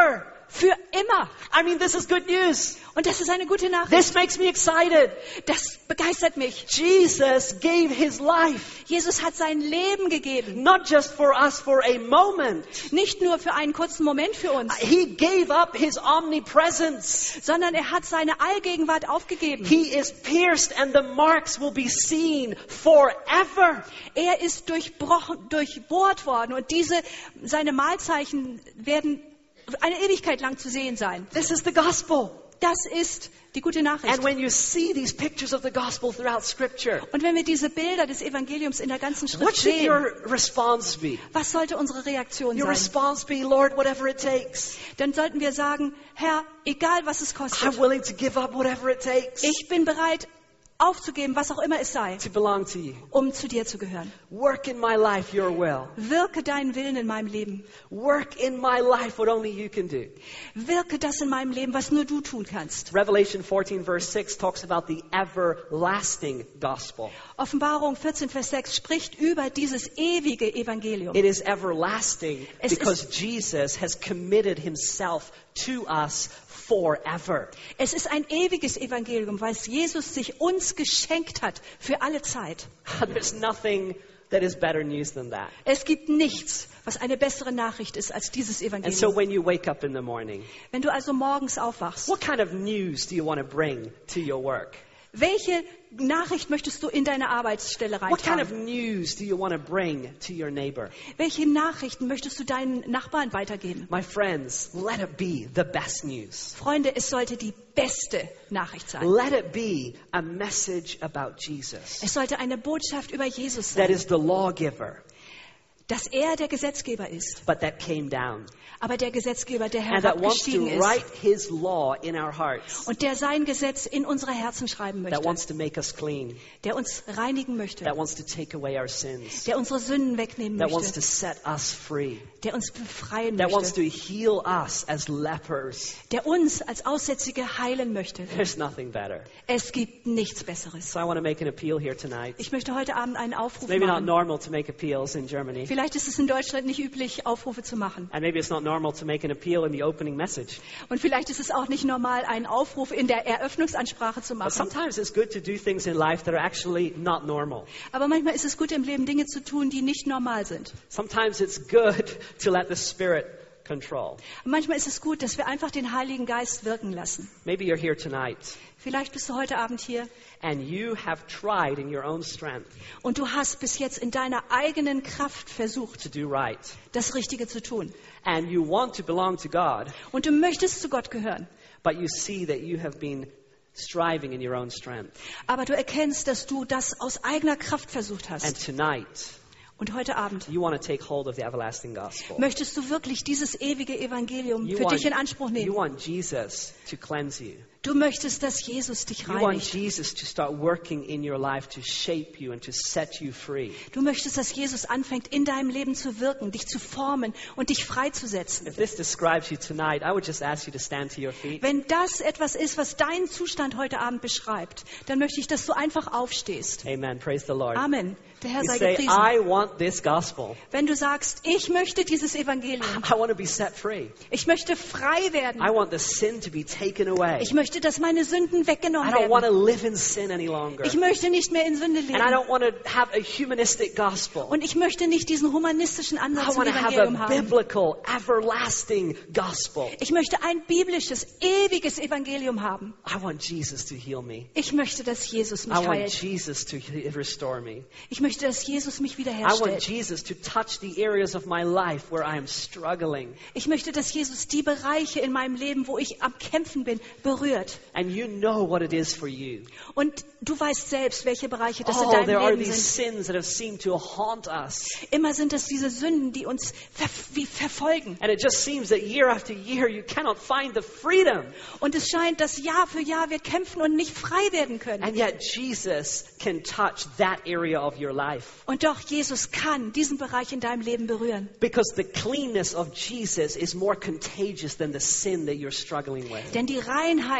Für immer. I mean, this is good news. Und das ist eine gute Nachricht. This makes me excited. Das begeistert mich. Jesus gave his life, Jesus hat sein Leben gegeben. not just for us for a moment. Nicht nur für einen kurzen Moment für uns, He gave up his omnipresence. sondern er hat seine Allgegenwart aufgegeben. He is pierced and the marks will be seen forever. Er ist durchbohrt worden und seine Malzeichen werden eine Ewigkeit lang zu sehen sein. This is the gospel. Das ist die gute Nachricht. And when you see these pictures of the gospel throughout Scripture, Und wenn wir diese Bilder des Evangeliums in der ganzen what Schrift should sehen, your response be? was sollte unsere Reaktion Your sein? response be, Lord, whatever it takes. Dann sollten wir sagen, Herr, egal was es I'm kostet, willing to give up whatever it takes ich bin bereit aufzugeben, was auch immer es sei, to belong to you. um zu dir zu gehören. Work in my life your will. Wirke deinen Willen in meinem Leben. Work in my life what only you can do. Wirke das in meinem Leben, was nur du tun kannst. Revelation 14 verse 6 talks about the everlasting gospel. Offenbarung 14, Vers 6 spricht über dieses ewige Evangelium. It is everlasting Es because Jesus has committed himself to us forever. Es ist ein ewiges Evangelium, weil Jesus sich uns geschenkt hat für alle Zeit. There's nothing that is better news than that. Es gibt nichts, was eine bessere Nachricht ist als dieses And so Evangelium. when you wake up in the morning, Wenn du also morgens aufwachst, what kind of news do you want to bring to your work? welche Nachricht möchtest du in deine Arbeitsstelle What kind of reintragen? news do you want to bring to your neighbor? Welche Nachrichten möchtest du deinen Nachbarn weitergeben? My friends, let it be the best news. Freunde, es sollte die beste Nachricht sein. Let it be a message about Jesus. Es sollte eine Botschaft über Jesus That sein, is the lawgiver, dass er der Gesetzgeber ist, but that came down. aber der Gesetzgeber, der And that wants to herabgestiegen ist write his law in our hearts. und der sein Gesetz in unsere Herzen schreiben That möchte, wants to make us clean. der uns reinigen möchte, That wants to take away our sins. der unsere Sünden wegnehmen That wants to möchte, set us free. der uns befreien That wants möchte, to heal us as lepers. der uns als Aussätzige heilen möchte. There's nothing better. Es gibt nichts Besseres. So I want to make an appeal here tonight. Ich möchte heute Abend einen Aufruf Maybe not machen. normal to make appeals in Germany. Vielleicht ist es in Deutschland nicht üblich, Aufrufe zu machen. And maybe it's not normal to make an appeal in the opening message. Und vielleicht ist es auch nicht normal, einen Aufruf in der Eröffnungsansprache zu But machen. sometimes it's good to do things in life that are actually not normal. Aber manchmal ist es gut im Leben, Dinge zu tun, die nicht normal sind. Sometimes it's good to let the Spirit control. Und manchmal ist es gut, dass wir einfach den Heiligen Geist wirken lassen. Maybe you're here tonight Vielleicht bist du heute Abend hier and you have tried in your own strength und du hast bis jetzt in deiner eigenen Kraft versucht, to do right. das Richtige zu tun. And you want to belong to God, Und du möchtest zu Gott gehören. but you see that you have been striving in your own strength. Aber du erkennst, dass du das aus eigener Kraft versucht And hast. tonight, Und heute Abend you want to take hold of the everlasting gospel. möchtest du wirklich dieses ewige Evangelium für dich in Anspruch you nehmen. want Jesus to cleanse you. Du möchtest, dass Jesus dich You want reinigt. Jesus to start working in your life to shape you and to set you free. Du möchtest, dass Jesus anfängt, in deinem Leben zu wirken, dich zu formen und dich freizusetzen. If this describes you tonight, I would just ask you to stand to your feet. Wenn das etwas ist, was deinen Zustand heute Abend beschreibt, dann möchte ich, dass du einfach aufstehst. Amen. Praise the Lord. Amen. Der Herr You sei say, gepriesen. I want this gospel. Wenn du sagst, ich möchte dieses Evangelium, I want to be set free. ich möchte frei werden, I want the sin to be taken away. ich möchte, dass meine Sünden I weggenommen don't want to werden. live in sin any longer. Ich möchte nicht mehr in Sünde And I leben. don't want to have a humanistic gospel. Und ich möchte nicht diesen humanistischen I Ansatz im want to have Evangelium a haben. biblical, everlasting gospel. Ich möchte ein biblisches, ewiges Evangelium haben. I want Jesus to heal me. Ich möchte, dass Jesus mich I want heilt. Jesus to restore me. Ich möchte, dass Jesus mich I want wiederherstellt. Jesus to touch the areas of my life where I am struggling. Ich möchte, dass Jesus die Bereiche in meinem Leben, wo ich am Kämpfen bin, berührt. And you know what it is for you. Und du weißt selbst, welche Bereiche das in Oh, there are deinem Leben these sind. sins that have seemed to haunt us. Immer sind es diese Sünden, die uns wie verfolgen. And it just seems that year after year you cannot find the freedom. Und es scheint, dass Jahr für Jahr wir kämpfen und nicht frei werden können. And yet Jesus can touch that area of your life. Und doch, Jesus kann diesen Bereich in deinem Leben berühren. Because the cleanness of Jesus is more contagious than the sin that you're struggling with. Denn die Reinheit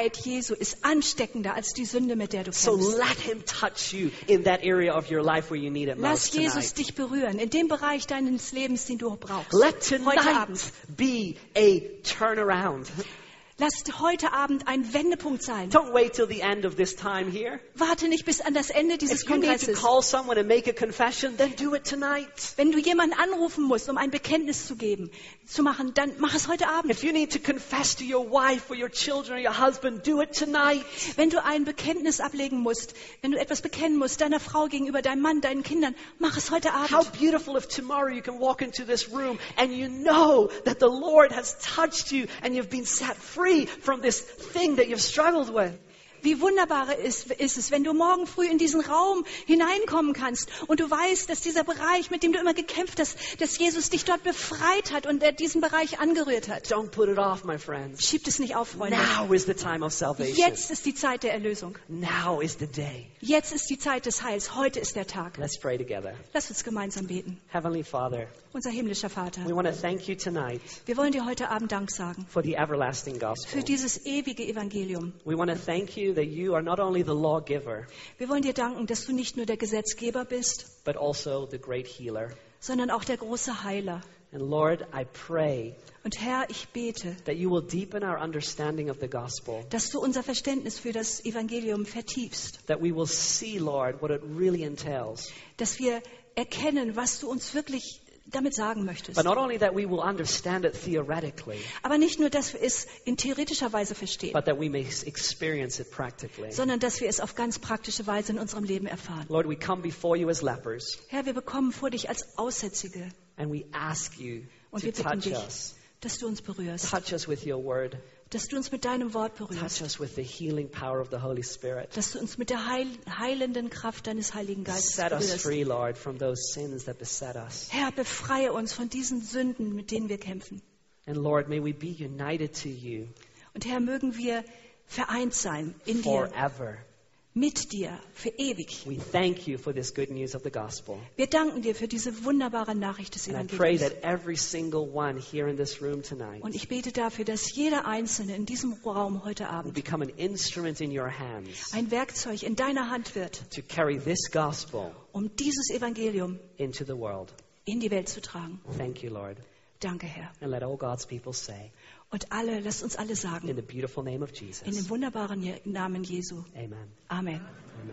Herrlichkeit Jesu ist ansteckender als die Sünde, mit der du So kämpfst. let him touch you in that area of your life where you need it Lass most Jesus tonight. dich berühren, in dem Bereich deines Lebens, den du brauchst. Let Heute tonight Abend. be a turnaround. Lass heute Abend ein Wendepunkt sein. Don't wait till the end of this time here. Warte nicht bis an das Ende dieses If you need to Kongresses. call someone and make a confession, then do it tonight. Wenn du jemanden anrufen musst, um ein Bekenntnis zu machen, dann mach es heute Abend. If you need to confess to your wife or your children or your husband, do it tonight. Wenn du ein Bekenntnis ablegen musst, wenn du etwas bekennen musst, deiner Frau gegenüber, deinem Mann, deinen Kindern, mach es heute How Abend. beautiful if tomorrow you can walk into this room and you know that the Lord has touched you and you've been set free from this thing that you've struggled with. Wie wunderbar ist es, wenn du morgen früh in diesen Raum hineinkommen kannst und du weißt, dass dieser Bereich, mit dem du immer gekämpft hast, dass Jesus dich dort befreit hat und er diesen Bereich angerührt hat. Don't put it off, my friends. Schiebt es nicht auf, Freunde. Now is the time of salvation. Jetzt ist die Zeit der Erlösung. Now is the day. Jetzt ist die Zeit des Heils. Heute ist der Tag. Let's pray together. Lass uns gemeinsam beten. Heavenly Father, Unser himmlischer Vater, we want to thank you tonight wir wollen dir heute Abend Dank sagen for the everlasting für gospel. dieses ewige Evangelium. We want to thank you that you are not only the lawgiver, Wir wollen dir danken, dass du nicht nur der Gesetzgeber bist, but also the great healer. sondern auch der große Heiler. And Lord, I pray Und Herr, ich bete, that you will deepen our understanding of the gospel, dass du unser Verständnis für das Evangelium vertiefst, that we will see, Lord, what it really entails. dass wir erkennen, was du uns wirklich damit sagen möchtest. But not only that we will understand it theoretically, Aber nicht nur, dass wir es in theoretischer Weise verstehen, but that we may experience it practically. sondern dass wir es auf ganz praktische Weise in unserem Leben erfahren. Lord, we come before you as lepers, Herr, wir bekommen vor dich als Aussätzige and we ask you und to wir bitten touch dich, us. dass du uns berührst, Touch us with your word. dass du uns mit deinem Wort Touch berührst, us with the healing power of the Holy Spirit. dass du uns mit der heilenden Kraft deines Heiligen Geistes Set us berührst. free, Lord, from those sins that beset us. Herr, befreie uns von diesen Sünden, mit denen wir kämpfen. And Lord, may we be united to you Und Herr, mögen wir vereint sein in dir, forever. mit dir, für ewig. We thank you for this good news of the gospel. Wir danken dir für diese wunderbare Nachricht des And I pray Evangeliums. that every single one here in this room tonight Und ich bete dafür, dass jeder Einzelne in diesem Raum heute will Abend become an instrument in your hands ein Werkzeug in deiner Hand wird, to carry this gospel um dieses Evangelium into the world. in die Welt zu tragen. Thank you, Lord. Danke, Herr. And let all God's people say, Und lasst uns alle in sagen, the beautiful name of in dem Jesus, wunderbaren Namen Jesu. amen. Amen. Amen.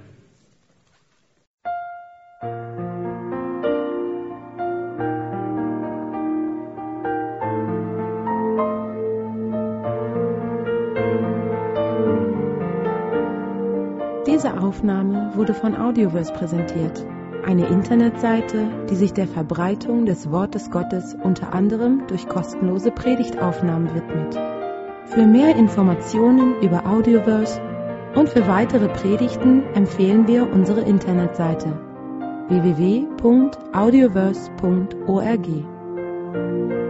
Diese Aufnahme wurde von Audioverse präsentiert, eine Internetseite, die sich der Verbreitung des Wortes Gottes unter anderem durch kostenlose Predigtaufnahmen widmet. Für mehr Informationen über Audioverse und für weitere Predigten empfehlen wir unsere Internetseite www.audioverse.org.